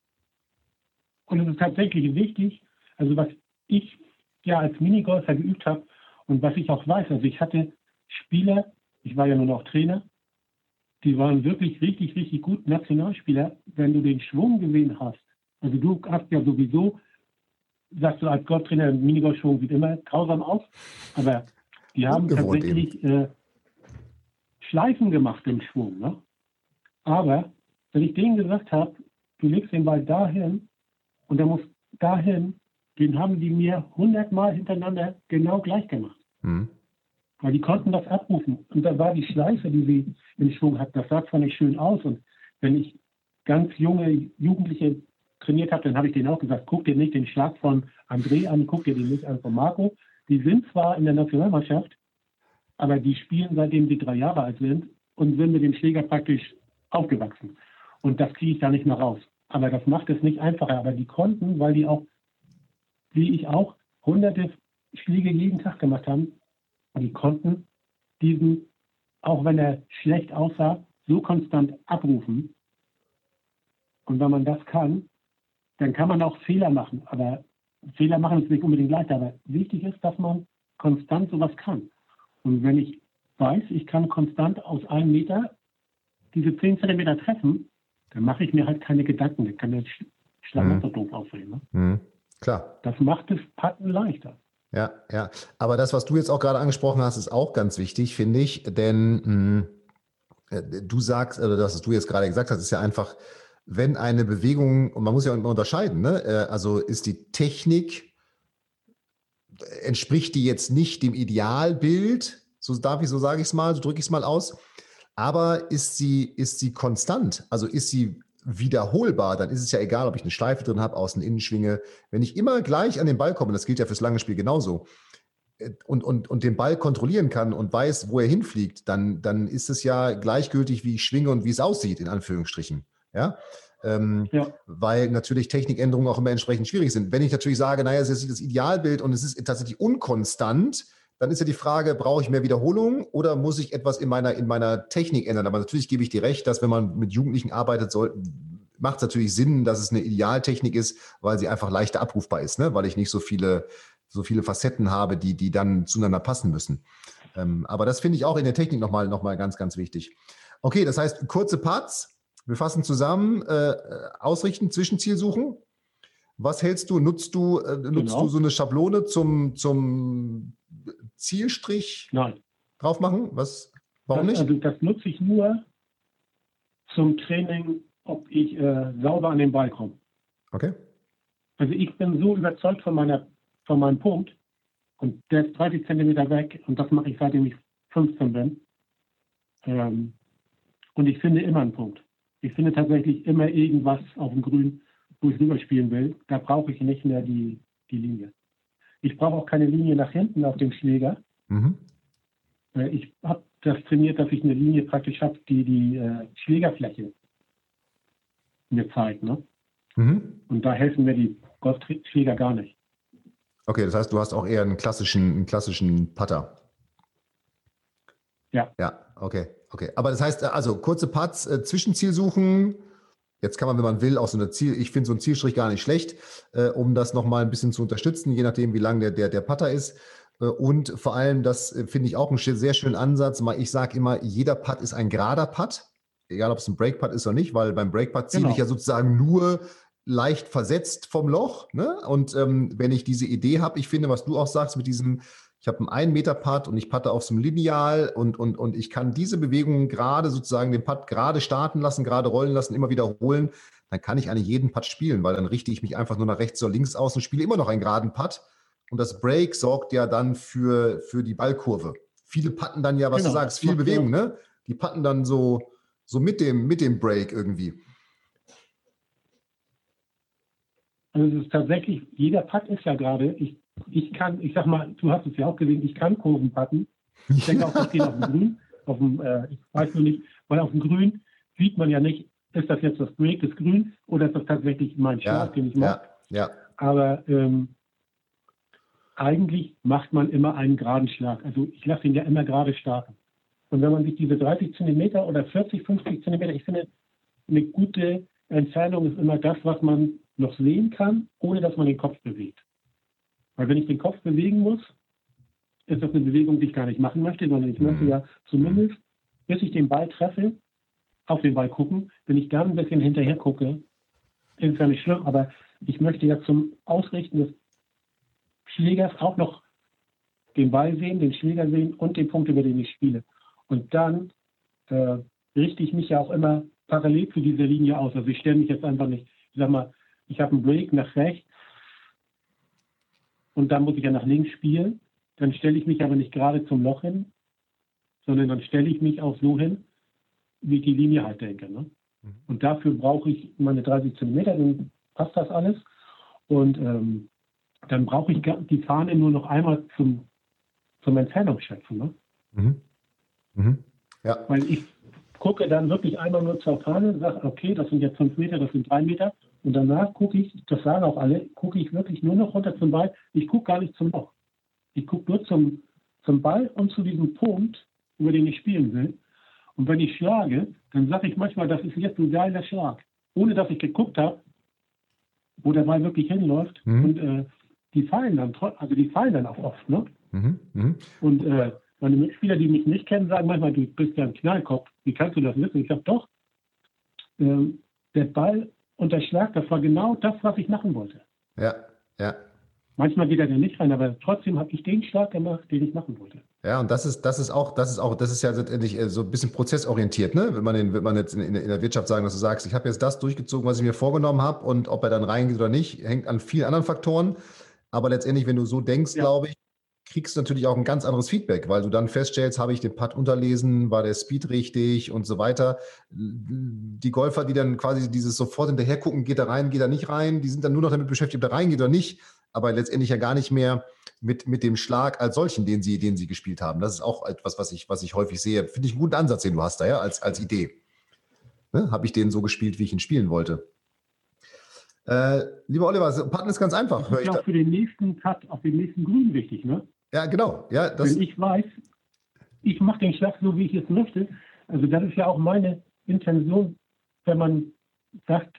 Und es ist tatsächlich wichtig, also was ich ja als Minigolfer geübt habe und was ich auch weiß, also ich hatte Spieler, ich war ja nur noch Trainer, die waren wirklich richtig, richtig gut Nationalspieler, wenn du den Schwung gesehen hast. Also du hast ja sowieso, sagst du als Golftrainer, Minigolfschwung sieht immer grausam aus, aber die haben Ungewohnt tatsächlich äh, Schleifen gemacht im Schwung. Ne? Aber wenn ich denen gesagt habe, du legst den Ball dahin und der muss dahin, den haben die mir hundertmal hintereinander genau gleich gemacht. Hm. Weil die konnten das abrufen. Und da war die Schleife, die sie im Schwung hat, das sah zwar nicht schön aus. Und wenn ich ganz junge Jugendliche trainiert habe, dann habe ich denen auch gesagt, guck dir nicht den Schlag von André an, guck dir den nicht an von Marco. Die sind zwar in der Nationalmannschaft, aber die spielen seitdem sie drei Jahre alt sind und sind mit dem Schläger praktisch aufgewachsen. Und das kriege ich da nicht mehr raus. Aber das macht es nicht einfacher. Aber die konnten, weil die auch, wie ich auch, hunderte Schläge jeden Tag gemacht haben, die konnten diesen, auch wenn er schlecht aussah, so konstant abrufen. Und wenn man das kann, dann kann man auch Fehler machen. Aber Fehler machen ist nicht unbedingt leichter. Aber wichtig ist, dass man konstant sowas kann. Und wenn ich weiß, ich kann konstant aus einem Meter diese zehn Zentimeter treffen, dann mache ich mir halt keine Gedanken. Dann kann der Schlag Mhm. so doof aussehen. Ne? Mhm. Klar. Das macht das Putten leichter. Ja, ja. Aber das, was du jetzt auch gerade angesprochen hast, ist auch ganz wichtig, finde ich. Denn mh, du sagst, oder das, was du jetzt gerade gesagt hast, ist ja einfach, wenn eine Bewegung, und man muss ja immer unterscheiden, ne? Also ist die Technik, entspricht die jetzt nicht dem Idealbild, so darf ich, so sage ich es mal, so drücke ich es mal aus, aber ist sie, ist sie konstant, also ist sie wiederholbar, dann ist es ja egal, ob ich eine Schleife drin habe, außen innen schwinge. Wenn ich immer gleich an den Ball komme, das gilt ja fürs lange Spiel genauso, und, und, und den Ball kontrollieren kann und weiß, wo er hinfliegt, dann, dann ist es ja gleichgültig, wie ich schwinge und wie es aussieht, in Anführungsstrichen. Ja, ähm, Ja. weil natürlich Technikänderungen auch immer entsprechend schwierig sind. Wenn ich natürlich sage, naja, es ist das Idealbild und es ist tatsächlich unkonstant, dann ist ja die Frage, brauche ich mehr Wiederholung oder muss ich etwas in meiner, in meiner Technik ändern? Aber natürlich gebe ich dir recht, dass wenn man mit Jugendlichen arbeitet, soll, macht es natürlich Sinn, dass es eine Idealtechnik ist, weil sie einfach leichter abrufbar ist, ne? Weil ich nicht so viele, so viele Facetten habe, die, die dann zueinander passen müssen. Ähm, aber das finde ich auch in der Technik nochmal, nochmal ganz, ganz wichtig. Okay, das heißt, kurze Putts. Wir fassen zusammen, äh, ausrichten, Zwischenziel suchen. Was hältst du? Nutzt du, äh, nutzt Genau. du so eine Schablone zum, zum Zielstrich Nein. drauf machen? Was, warum das, nicht? Also das nutze ich nur zum Training, ob ich äh, sauber an den Ball komme. Okay. Also ich bin so überzeugt von meiner, von meinem Punkt und der ist dreißig Zentimeter weg und das mache ich seitdem ich fünfzehn bin. Ähm, und ich finde immer einen Punkt. Ich finde tatsächlich immer irgendwas auf dem Grün, wo ich rüberspielen will. Da brauche ich nicht mehr die, die Linie. Ich brauche auch keine Linie nach hinten auf dem Schläger. Mhm. Äh, Ich habe das trainiert, dass ich eine Linie praktisch habe, die die äh, Schlägerfläche mir zeigt. Ne? Mhm. Und da helfen mir die Golfschläger gar nicht. Okay, das heißt, du hast auch eher einen klassischen, einen klassischen Putter. Ja. Ja, okay, okay. Aber das heißt, also kurze Putts, äh, Zwischenziel suchen. Jetzt kann man, wenn man will, auch so eine Ziel, ich finde so ein Zielstrich gar nicht schlecht, äh, um das nochmal ein bisschen zu unterstützen, je nachdem, wie lang der, der, der Putter ist. Äh, und vor allem, das äh, finde ich auch einen sehr schönen Ansatz. Ich sage immer, jeder Putt ist ein gerader Putt, egal ob es ein Break-Putt ist oder nicht, weil beim Break-Putt ziele Genau. ich ja sozusagen nur leicht versetzt vom Loch. Ne? Und ähm, wenn ich diese Idee habe, ich finde, was du auch sagst mit diesem, ich habe einen ein Meter Putt und ich putte auf so einem Lineal und, und, und ich kann diese Bewegungen gerade sozusagen den Putt gerade starten lassen, gerade rollen lassen, immer wiederholen, dann kann ich eigentlich jeden Putt spielen, weil dann richte ich mich einfach nur nach rechts oder links aus und spiele immer noch einen geraden Putt. Und das Break sorgt ja dann für, für die Ballkurve, viele putten dann ja, was Genau, du sagst, das viel macht Bewegung, ja- ne? Die putten dann so, so mit dem, mit dem Break irgendwie. Also es ist tatsächlich, jeder Putt ist ja gerade, ich, ich kann, ich sag mal, du hast es ja auch gesehen, ich kann Kurven putten. Ich denke auch, das geht auf dem Grün. Auf dem, äh, ich weiß nur nicht, weil auf dem Grün sieht man ja nicht, ist das jetzt das Break des Grüns oder ist das tatsächlich mein Ja, Schlag, den ich mache. ja, ja. Aber ähm, eigentlich macht man immer einen geraden Schlag. Also ich lasse ihn ja immer gerade starten. Und wenn man sich diese dreißig Zentimeter oder vierzig, fünfzig Zentimeter, ich finde, eine gute Entfernung ist immer das, was man noch sehen kann, ohne dass man den Kopf bewegt. Weil wenn ich den Kopf bewegen muss, ist das eine Bewegung, die ich gar nicht machen möchte, sondern ich möchte ja zumindest, bis ich den Ball treffe, auf den Ball gucken. Wenn ich dann ein bisschen hinterher gucke, ist es ja nicht schlimm, aber ich möchte ja zum Ausrichten des Schlägers auch noch den Ball sehen, den Schläger sehen und den Punkt, über den ich spiele. Und dann äh, richte ich mich ja auch immer parallel zu dieser Linie aus. Also ich stelle mich jetzt einfach nicht, ich sag mal, ich habe einen Break nach rechts und dann muss ich ja nach links spielen. Dann stelle ich mich aber nicht gerade zum Loch hin, sondern dann stelle ich mich auch so hin, wie ich die Linie halt denke. Ne? Mhm. Und dafür brauche ich meine dreißig Zentimeter, dann passt das alles. Und ähm, dann brauche ich die Fahne nur noch einmal zum, zum Entfernungsschätzen. Ne? Mhm. Mhm. Ja. Weil ich gucke dann wirklich einmal nur zur Fahne, sage, okay, das sind jetzt fünf Meter, das sind drei Meter. Und danach gucke ich, das sagen auch alle, gucke ich wirklich nur noch runter zum Ball. Ich gucke gar nicht zum Loch. Ich gucke nur zum, zum Ball und zu diesem Punkt, über den ich spielen will. Und wenn ich schlage, dann sage ich manchmal, das ist jetzt ein geiler Schlag. Ohne dass ich geguckt habe, wo der Ball wirklich hinläuft. Mhm. Und äh, die fallen dann, also die fallen dann auch oft. Ne? Mhm. Mhm. Und äh, meine Mitspieler, die mich nicht kennen, sagen manchmal, du bist ja ein Knallkopf. Wie kannst du das wissen? Ich sage, doch, ähm, der Ball und der Schlag, das war genau das, was ich machen wollte. Ja, ja. Manchmal geht er dann nicht rein, aber trotzdem habe ich den Schlag gemacht, den ich machen wollte. Ja, und das ist, das ist auch, das ist auch, das ist ja letztendlich so ein bisschen prozessorientiert, ne? Wenn man den, wenn man jetzt in, in der Wirtschaft sagen, dass du sagst, ich habe jetzt das durchgezogen, was ich mir vorgenommen habe, und ob er dann reingeht oder nicht, hängt an vielen anderen Faktoren. Aber letztendlich, wenn du so denkst, ja, glaube ich, kriegst du natürlich auch ein ganz anderes Feedback, weil du dann feststellst, habe ich den Putt unterlesen, war der Speed richtig und so weiter. Die Golfer, die dann quasi dieses sofort hinterher gucken, geht er rein, geht er nicht rein, die sind dann nur noch damit beschäftigt, ob er reingeht oder nicht, aber letztendlich ja gar nicht mehr mit, mit dem Schlag als solchen, den sie, den sie gespielt haben. Das ist auch etwas, was ich, was ich häufig sehe. Finde ich einen guten Ansatz, den du hast da, ja, als, als Idee. Ne? Habe ich den so gespielt, wie ich ihn spielen wollte. Äh, lieber Oliver, Putten ist ganz einfach. Das ist ja auch für den nächsten Cut, auf den nächsten Grün wichtig, ne? Ja, genau. Ja, das Wenn ich weiß, ich mache den Schlag so, wie ich es möchte, also das ist ja auch meine Intention, wenn man sagt,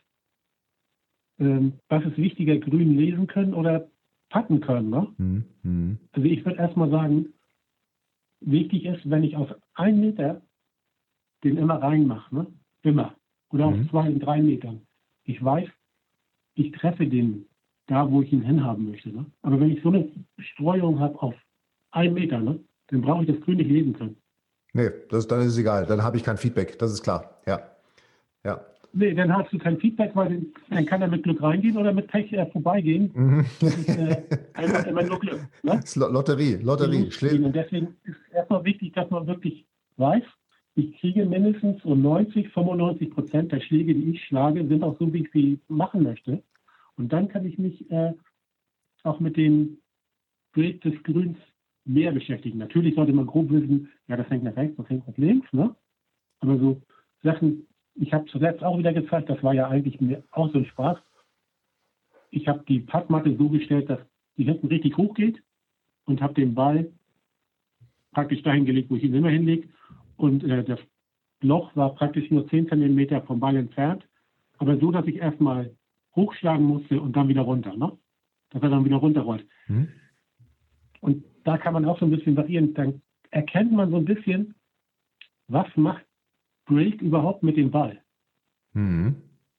ähm, was ist wichtiger, Grün lesen können oder putten können, ne? Mhm. Also ich würde erstmal sagen, wichtig ist, wenn ich auf einen Meter den immer reinmache, ne? Immer. Oder auf Mhm. zwei, drei Metern. Ich weiß, ich treffe den da, wo ich ihn hinhaben möchte. Ne? Aber wenn ich so eine Streuung habe auf einen Meter, ne, dann brauche ich das Grün nicht lesen können. Nee, das, dann ist es egal. Dann habe ich kein Feedback. Das ist klar. Ja. Ja. Nee, dann hast du kein Feedback, weil dann, dann kann er mit Glück reingehen oder mit Pech äh, vorbeigehen. Mhm. Das ist äh, einfach immer nur Glück. Ne? Das ist Lotterie, Lotterie. Schlimm. Und deswegen ist erstmal wichtig, dass man wirklich weiß, ich kriege mindestens so neunzig, fünfundneunzig Prozent der Schläge, die ich schlage, sind auch so, wie ich sie machen möchte. Und dann kann ich mich äh, auch mit dem Bild des Grüns mehr beschäftigen. Natürlich sollte man grob wissen, ja, das hängt nach rechts, das hängt nach links. Ne? Aber so Sachen, ich habe zuletzt auch wieder gezeigt, das war ja eigentlich mir auch so ein Spaß. Ich habe die Puttmatte so gestellt, dass die hinten richtig hoch geht und habe den Ball praktisch dahin gelegt, wo ich ihn immer hinlege. Und äh, das Loch war praktisch nur zehn Zentimeter vom Ball entfernt. Aber so, dass ich erstmal hochschlagen musste und dann wieder runter, ne? Dass er dann wieder runterrollt. Mhm. Und da kann man auch so ein bisschen variieren. Dann erkennt man so ein bisschen, was macht Break überhaupt mit dem Ball. Mhm.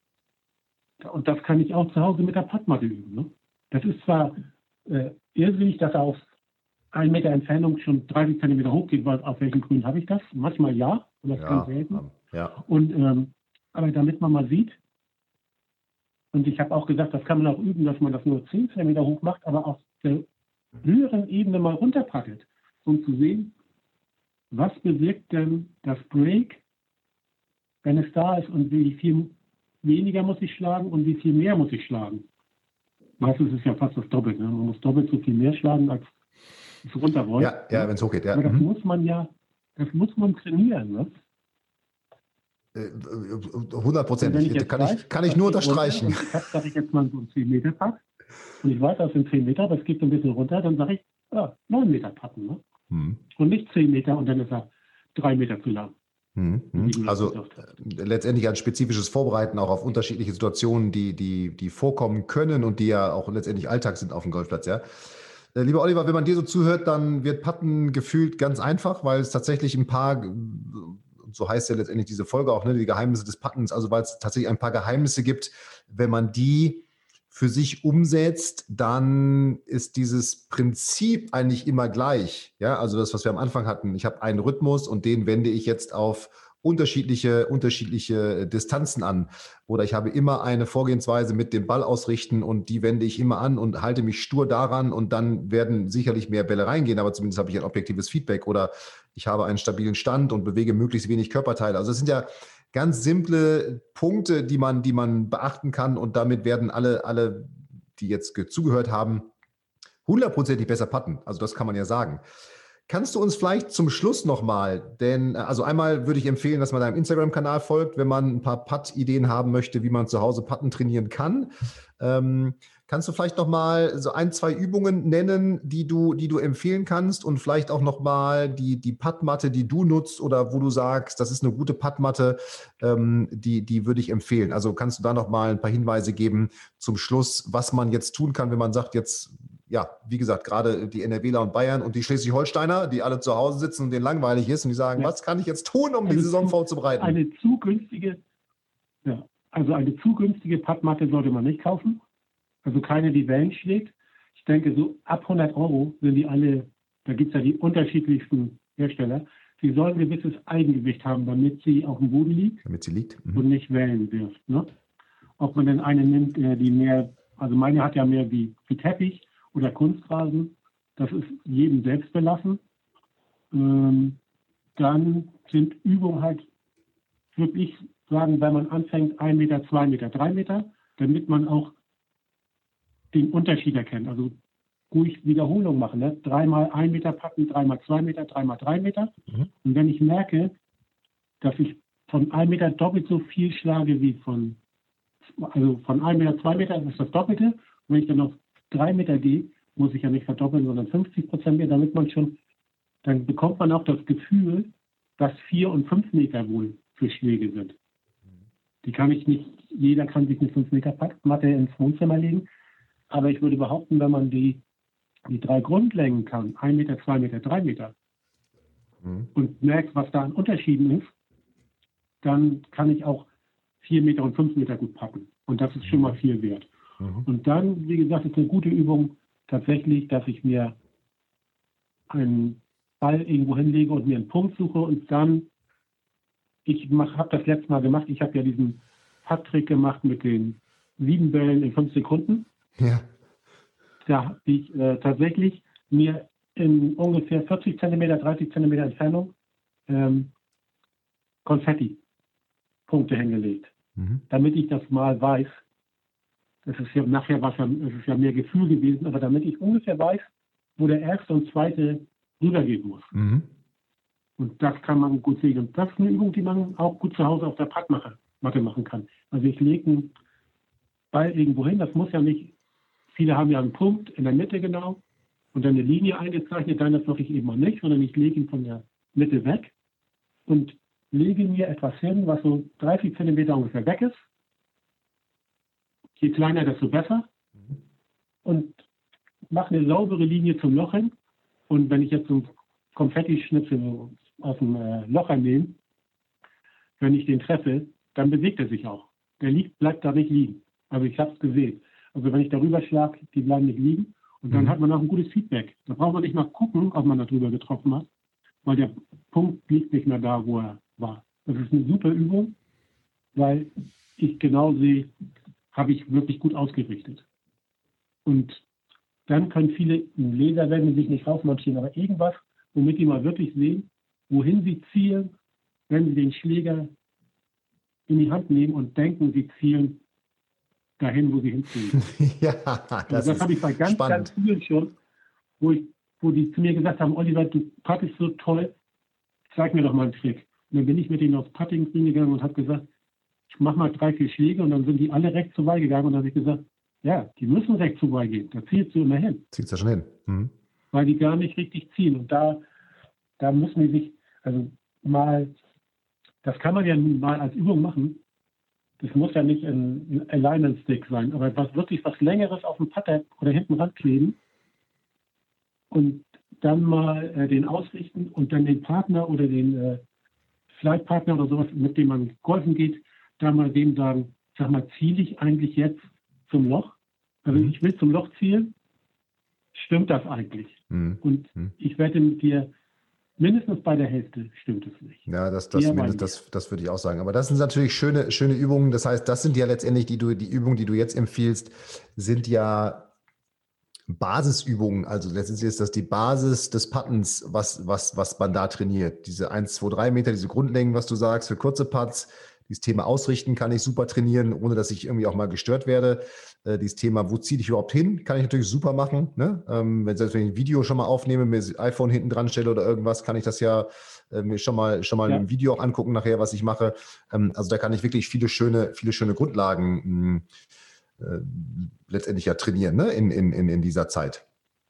Und das kann ich auch zu Hause mit der Puttmatte üben. Ne? Das ist zwar äh, irrsinnig, dass er auf einen Meter Entfernung schon dreißig Zentimeter hoch geht, weil auf welchem Grün habe ich das? Manchmal ja, und das ja, ganz selten. Ja. Und, ähm, aber damit man mal sieht, und ich habe auch gesagt, das kann man auch üben, dass man das nur zehn Zentimeter hoch macht, aber auf der höheren Ebene mal runterpackelt, um zu sehen, was bewirkt denn das Break, wenn es da ist und wie viel weniger muss ich schlagen und wie viel mehr muss ich schlagen? Meistens ist es ja fast das Doppelte. Ne? Man muss doppelt so viel mehr schlagen, als es runterrollt. Ja, ja, wenn es hochgeht, ja. Aber das Mhm. muss man ja, das muss man trainieren. Ne? hundert Prozent. Kann, weiß, ich, kann ich nur unterstreichen. Ich habe, sage ich jetzt mal, so einen zehn Meter Putt und ich weiß, das sind zehn Meter, aber es geht so ein bisschen runter, dann sage ich, ja, neun Meter Putten. Ne? Hm. Und nicht zehn Meter und dann ist er drei Meter zu lang. Hm, hm. Also äh, letztendlich ein spezifisches Vorbereiten auch auf unterschiedliche Situationen, die, die, die vorkommen können und die ja auch letztendlich Alltag sind auf dem Golfplatz, ja. Äh, lieber Oliver, wenn man dir so zuhört, dann wird Putten gefühlt ganz einfach, weil es tatsächlich ein paar, so heißt ja letztendlich diese Folge auch, ne, die Geheimnisse des Puttens, also weil es tatsächlich ein paar Geheimnisse gibt, wenn man die für sich umsetzt, dann ist dieses Prinzip eigentlich immer gleich. Ja, also das, was wir am Anfang hatten. Ich habe einen Rhythmus und den wende ich jetzt auf unterschiedliche, unterschiedliche Distanzen an. Oder ich habe immer eine Vorgehensweise mit dem Ball ausrichten und die wende ich immer an und halte mich stur daran und dann werden sicherlich mehr Bälle reingehen, aber zumindest habe ich ein objektives Feedback oder ich habe einen stabilen Stand und bewege möglichst wenig Körperteile. Also es sind ja ganz simple Punkte, die man, die man beachten kann und damit werden alle, alle, die jetzt zugehört haben, hundertprozentig besser putten. Also das kann man ja sagen. Kannst du uns vielleicht zum Schluss nochmal, denn also einmal würde ich empfehlen, dass man deinem Instagram-Kanal folgt, wenn man ein paar Putt-Ideen haben möchte, wie man zu Hause Putten trainieren kann. Ähm, kannst du vielleicht nochmal so ein, zwei Übungen nennen, die du, die du empfehlen kannst und vielleicht auch nochmal die, die Puttmatte, die du nutzt oder wo du sagst, das ist eine gute Puttmatte, ähm, die, die würde ich empfehlen. Also kannst du da nochmal ein paar Hinweise geben zum Schluss, was man jetzt tun kann, wenn man sagt, jetzt ja, wie gesagt, gerade die NRWler und Bayern und die Schleswig-Holsteiner, die alle zu Hause sitzen und denen langweilig ist und die sagen, ja, was kann ich jetzt tun, um die Saison vorzubereiten? Eine zu günstige, ja, also eine zu günstige Puttmatte sollte man nicht kaufen. Also keine, die Wellen schlägt. Ich denke, so ab hundert Euro sind die alle, da gibt es ja die unterschiedlichsten Hersteller, sie sollen ein gewisses Eigengewicht haben, damit sie auf dem Boden liegt. Damit sie liegt. Mhm. Und nicht Wellen wirft. Ne? Ob man denn eine nimmt, die mehr, also meine hat ja mehr wie, wie Teppich oder Kunstrasen, das ist jedem selbst belassen. Ähm, dann sind Übungen halt, würde ich sagen, wenn man anfängt, ein Meter, zwei Meter, drei Meter, damit man auch den Unterschied erkennt. Also ruhig Wiederholung machen. Ne? Dreimal ein Meter packen, dreimal zwei Meter, dreimal drei Meter. Mhm. Und wenn ich merke, dass ich von einem Meter doppelt so viel schlage wie von, also von einem Meter, zwei Meter ist das Doppelte. Und wenn ich dann auf drei Meter gehe, muss ich ja nicht verdoppeln, sondern fünfzig Prozent mehr, damit man schon, dann bekommt man auch das Gefühl, dass vier und fünf Meter wohl für Schläge sind. Die kann ich nicht, jeder kann sich eine fünf Meter Matte ins Wohnzimmer legen, aber ich würde behaupten, wenn man die, die drei Grundlängen kann, ein Meter, zwei Meter, drei Meter, mhm. und merkt, was da an Unterschieden ist, dann kann ich auch vier Meter und fünf Meter gut packen. Und das ist schon mal viel wert. Mhm. Und dann, wie gesagt, ist eine gute Übung tatsächlich, dass ich mir einen Ball irgendwo hinlege und mir einen Punkt suche und dann, ich habe das letzte Mal gemacht, ich habe ja diesen Putt-Trick gemacht mit den sieben Bällen in fünf Sekunden. Ja. Da habe ich äh, tatsächlich mir in ungefähr vierzig Zentimeter, dreißig Zentimeter Entfernung ähm, Konfetti-Punkte hingelegt, mhm. damit ich das mal weiß. Das ist ja nachher was, es ist ja mehr Gefühl gewesen, aber damit ich ungefähr weiß, wo der erste und zweite rübergehen muss. Mhm. Und das kann man gut sehen. Und das ist eine Übung, die man auch gut zu Hause auf der Puttmatte machen kann. Also ich lege einen Ball irgendwo hin, das muss ja nicht, viele haben ja einen Punkt in der Mitte genau und dann eine Linie eingezeichnet, dann das mache ich eben mal nicht, sondern ich lege ihn von der Mitte weg und lege mir etwas hin, was so dreißig Zentimeter ungefähr weg ist. Je kleiner, desto besser. Und mache eine saubere Linie zum Loch hin. Und wenn ich jetzt so einen Konfetti-Schnipsel aus dem äh, Loch nehme, wenn ich den treffe, dann bewegt er sich auch. Der liegt, bleibt da nicht liegen. Also ich habe es gesehen. Also wenn ich darüber schlage, die bleiben nicht liegen. Und dann mhm. hat man auch ein gutes Feedback. Da braucht man nicht mal gucken, ob man darüber getroffen hat, weil der Punkt liegt nicht mehr da, wo er war. Das ist eine super Übung, weil ich genau sehe, habe ich wirklich gut ausgerichtet. Und dann können viele Leser werden sich nicht rausmarschieren, aber irgendwas, womit die mal wirklich sehen, wohin sie zielen, wenn sie den Schläger in die Hand nehmen und denken, sie zielen dahin, wo sie hinziehen. Ja, das, das, das habe ich bei ganz, spannend. ganz vielen schon, wo, ich, wo die zu mir gesagt haben, Oliver, du pattest so toll, zeig mir doch mal einen Trick. Und dann bin ich mit denen aufs Putting gegangen und habe gesagt, ich mache mal drei, vier Schläge und dann sind die alle rechts vorbeigegangen und dann habe ich gesagt, ja, die müssen rechts vorbeigehen, da zielst du immer hin. Zieht ja schon hin. Mhm. Weil die gar nicht richtig ziehen. Und da, da müssen die sich, also mal, das kann man ja mal als Übung machen. Das muss ja nicht ein, ein Alignment-Stick sein, aber was wirklich was Längeres auf dem Putter oder hinten rankleben und dann mal äh, den ausrichten und dann den Partner oder den äh, Flightpartner oder sowas, mit dem man golfen geht, da mal dem sagen, sag mal, ziele ich eigentlich jetzt zum Loch? Also Mhm. ich will zum Loch zielen. Stimmt das eigentlich? Mhm. Und Mhm. ich wette mit dir, mindestens bei der Hälfte stimmt es nicht. Ja, das, das, Eher mindest, bei das, das würde ich auch sagen. Aber das sind natürlich schöne, schöne Übungen. Das heißt, das sind ja letztendlich die, du, die Übungen, die du jetzt empfiehlst, sind ja Basisübungen. Also letztendlich ist das die Basis des Puttens, was, was, was man da trainiert. Diese eins, zwei, drei Meter, diese Grundlängen, was du sagst, für kurze Putts. Dieses Thema Ausrichten kann ich super trainieren, ohne dass ich irgendwie auch mal gestört werde. Äh, dieses Thema, wo ziehe ich überhaupt hin, kann ich natürlich super machen. Ne? Ähm, wenn, selbst wenn ich ein Video schon mal aufnehme, mir das iPhone hinten dran stelle oder irgendwas, kann ich das ja äh, mir schon mal, schon mal Ja. ein Video auch angucken nachher, was ich mache. Ähm, also da kann ich wirklich viele schöne, viele schöne Grundlagen mh, äh, letztendlich ja trainieren, ne? in, in, in, in dieser Zeit.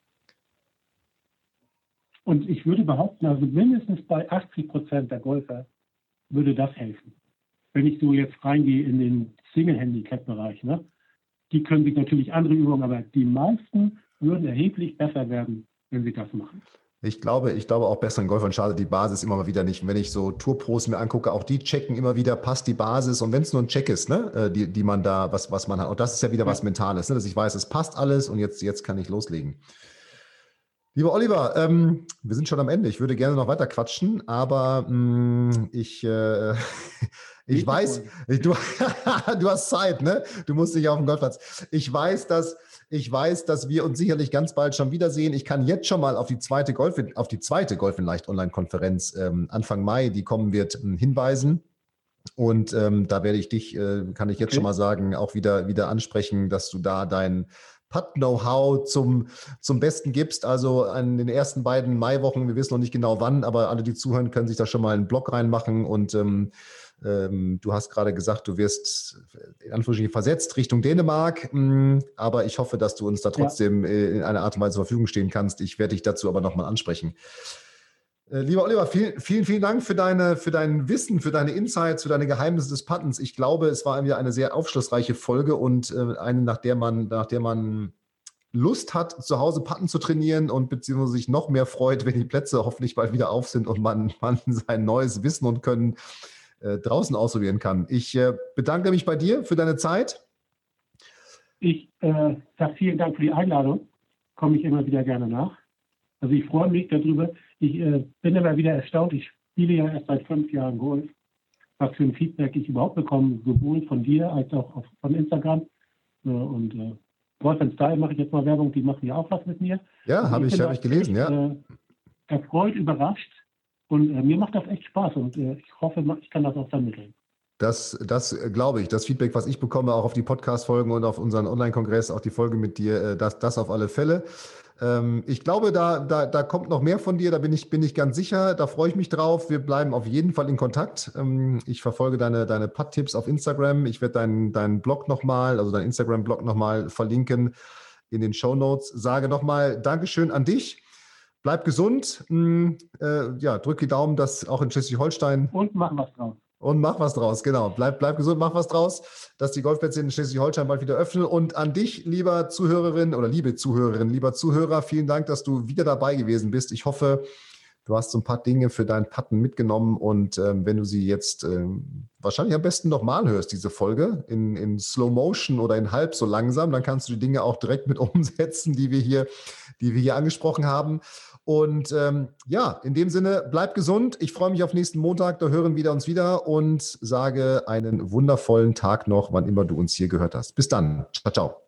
Und ich würde behaupten, also mindestens bei achtzig Prozent der Golfer würde das helfen. Wenn ich so jetzt reingehe in den Single-Handicap-Bereich, ne? Die können sich natürlich andere Übungen, aber die meisten würden erheblich besser werden, wenn sie das machen. Ich glaube, ich glaube auch besseren Golfern schadet die Basis immer mal wieder nicht. Und wenn ich so Tourpros mir angucke, auch die checken immer wieder, passt die Basis. Und wenn es nur ein Check ist, ne, äh, die, die man da, was, was man hat. Und das ist ja wieder Ja. was Mentales, ne, dass ich weiß, es passt alles und jetzt, jetzt kann ich loslegen. Lieber Oliver, ähm, wir sind schon am Ende. Ich würde gerne noch weiter quatschen, aber mh, ich, äh, ich Nächste weiß, Folge. du, du hast Zeit, ne? Du musst nicht auf dem Golfplatz. Ich weiß, dass ich weiß, dass wir uns sicherlich ganz bald schon wiedersehen. Ich kann jetzt schon mal auf die zweite Golf, auf die zweite Golf in Leicht Online-Konferenz ähm, Anfang Mai, die kommen wird, ähm, hinweisen. Und ähm, da werde ich dich, äh, kann ich jetzt Okay. schon mal sagen, auch wieder, wieder ansprechen, dass du da dein Putt-Know-how zum, zum Besten gibst. Also an den ersten beiden Maiwochen, wir wissen noch nicht genau wann, aber alle, die zuhören, können sich da schon mal einen Blog reinmachen. Und ähm, ähm, du hast gerade gesagt, du wirst in Anführungsstrichen versetzt Richtung Dänemark. Mm, Aber ich hoffe, dass du uns da trotzdem äh, in einer Art und Weise zur Verfügung stehen kannst. Ich werde dich dazu aber nochmal ansprechen. Äh, Lieber Oliver, vielen, vielen, vielen Dank für, deine, für dein Wissen, für deine Insights, für deine Geheimnisse des Puttens. Ich glaube, es war wieder eine sehr aufschlussreiche Folge und äh, eine, nach der man, nach der man Lust hat, zu Hause Putten zu trainieren und beziehungsweise sich noch mehr freut, wenn die Plätze hoffentlich bald wieder auf sind und man, man sein neues Wissen und Können äh, draußen ausprobieren kann. Ich äh, bedanke mich bei dir für deine Zeit. Ich äh, sage vielen Dank für die Einladung. Komme ich immer wieder gerne nach. Also ich freue mich darüber. Ich äh, bin immer wieder erstaunt. Ich spiele ja erst seit fünf Jahren Golf. Was für ein Feedback ich überhaupt bekomme, sowohl von dir als auch auf, von Instagram. Äh, und äh, Golf and Style mache ich jetzt mal Werbung. Die machen ja auch was mit mir. Ja, Also habe ich, bin hab da ich gelesen, echt, ja. Äh, erfreut, überrascht. Und äh, mir macht das echt Spaß. Und äh, ich hoffe, ich kann das auch vermitteln. Das, das glaube ich. Das Feedback, was ich bekomme, auch auf die Podcast-Folgen und auf unseren Online-Kongress, auch die Folge mit dir, äh, das, das auf alle Fälle. Ähm, ich glaube, da, da, da kommt noch mehr von dir, da bin ich, bin ich ganz sicher. Da freue ich mich drauf. Wir bleiben auf jeden Fall in Kontakt. Ähm, ich verfolge deine, deine Putt-Tipps auf Instagram. Ich werde deinen, deinen Blog nochmal, also deinen Instagram-Blog nochmal verlinken in den Shownotes. Sage nochmal Dankeschön an dich. Bleib gesund. Mm, äh, ja, drück die Daumen, dass auch in Schleswig-Holstein Und machen was draus. und mach was draus, genau. Bleib, bleib gesund, mach was draus, dass die Golfplätze in Schleswig-Holstein bald wieder öffnen. Und an dich, lieber Zuhörerin oder liebe Zuhörerin, lieber Zuhörer, vielen Dank, dass du wieder dabei gewesen bist. Ich hoffe, du hast so ein paar Dinge für dein Putten mitgenommen und ähm, wenn du sie jetzt ähm, wahrscheinlich am besten nochmal hörst, diese Folge, in, in Slow Motion oder in halb so langsam, dann kannst du die Dinge auch direkt mit umsetzen, die wir hier, die wir hier angesprochen haben. Und ähm, ja, in dem Sinne, bleib gesund. Ich freue mich auf nächsten Montag, da hören wir uns wieder und sage einen wundervollen Tag noch, wann immer du uns hier gehört hast. Bis dann. Ciao, ciao.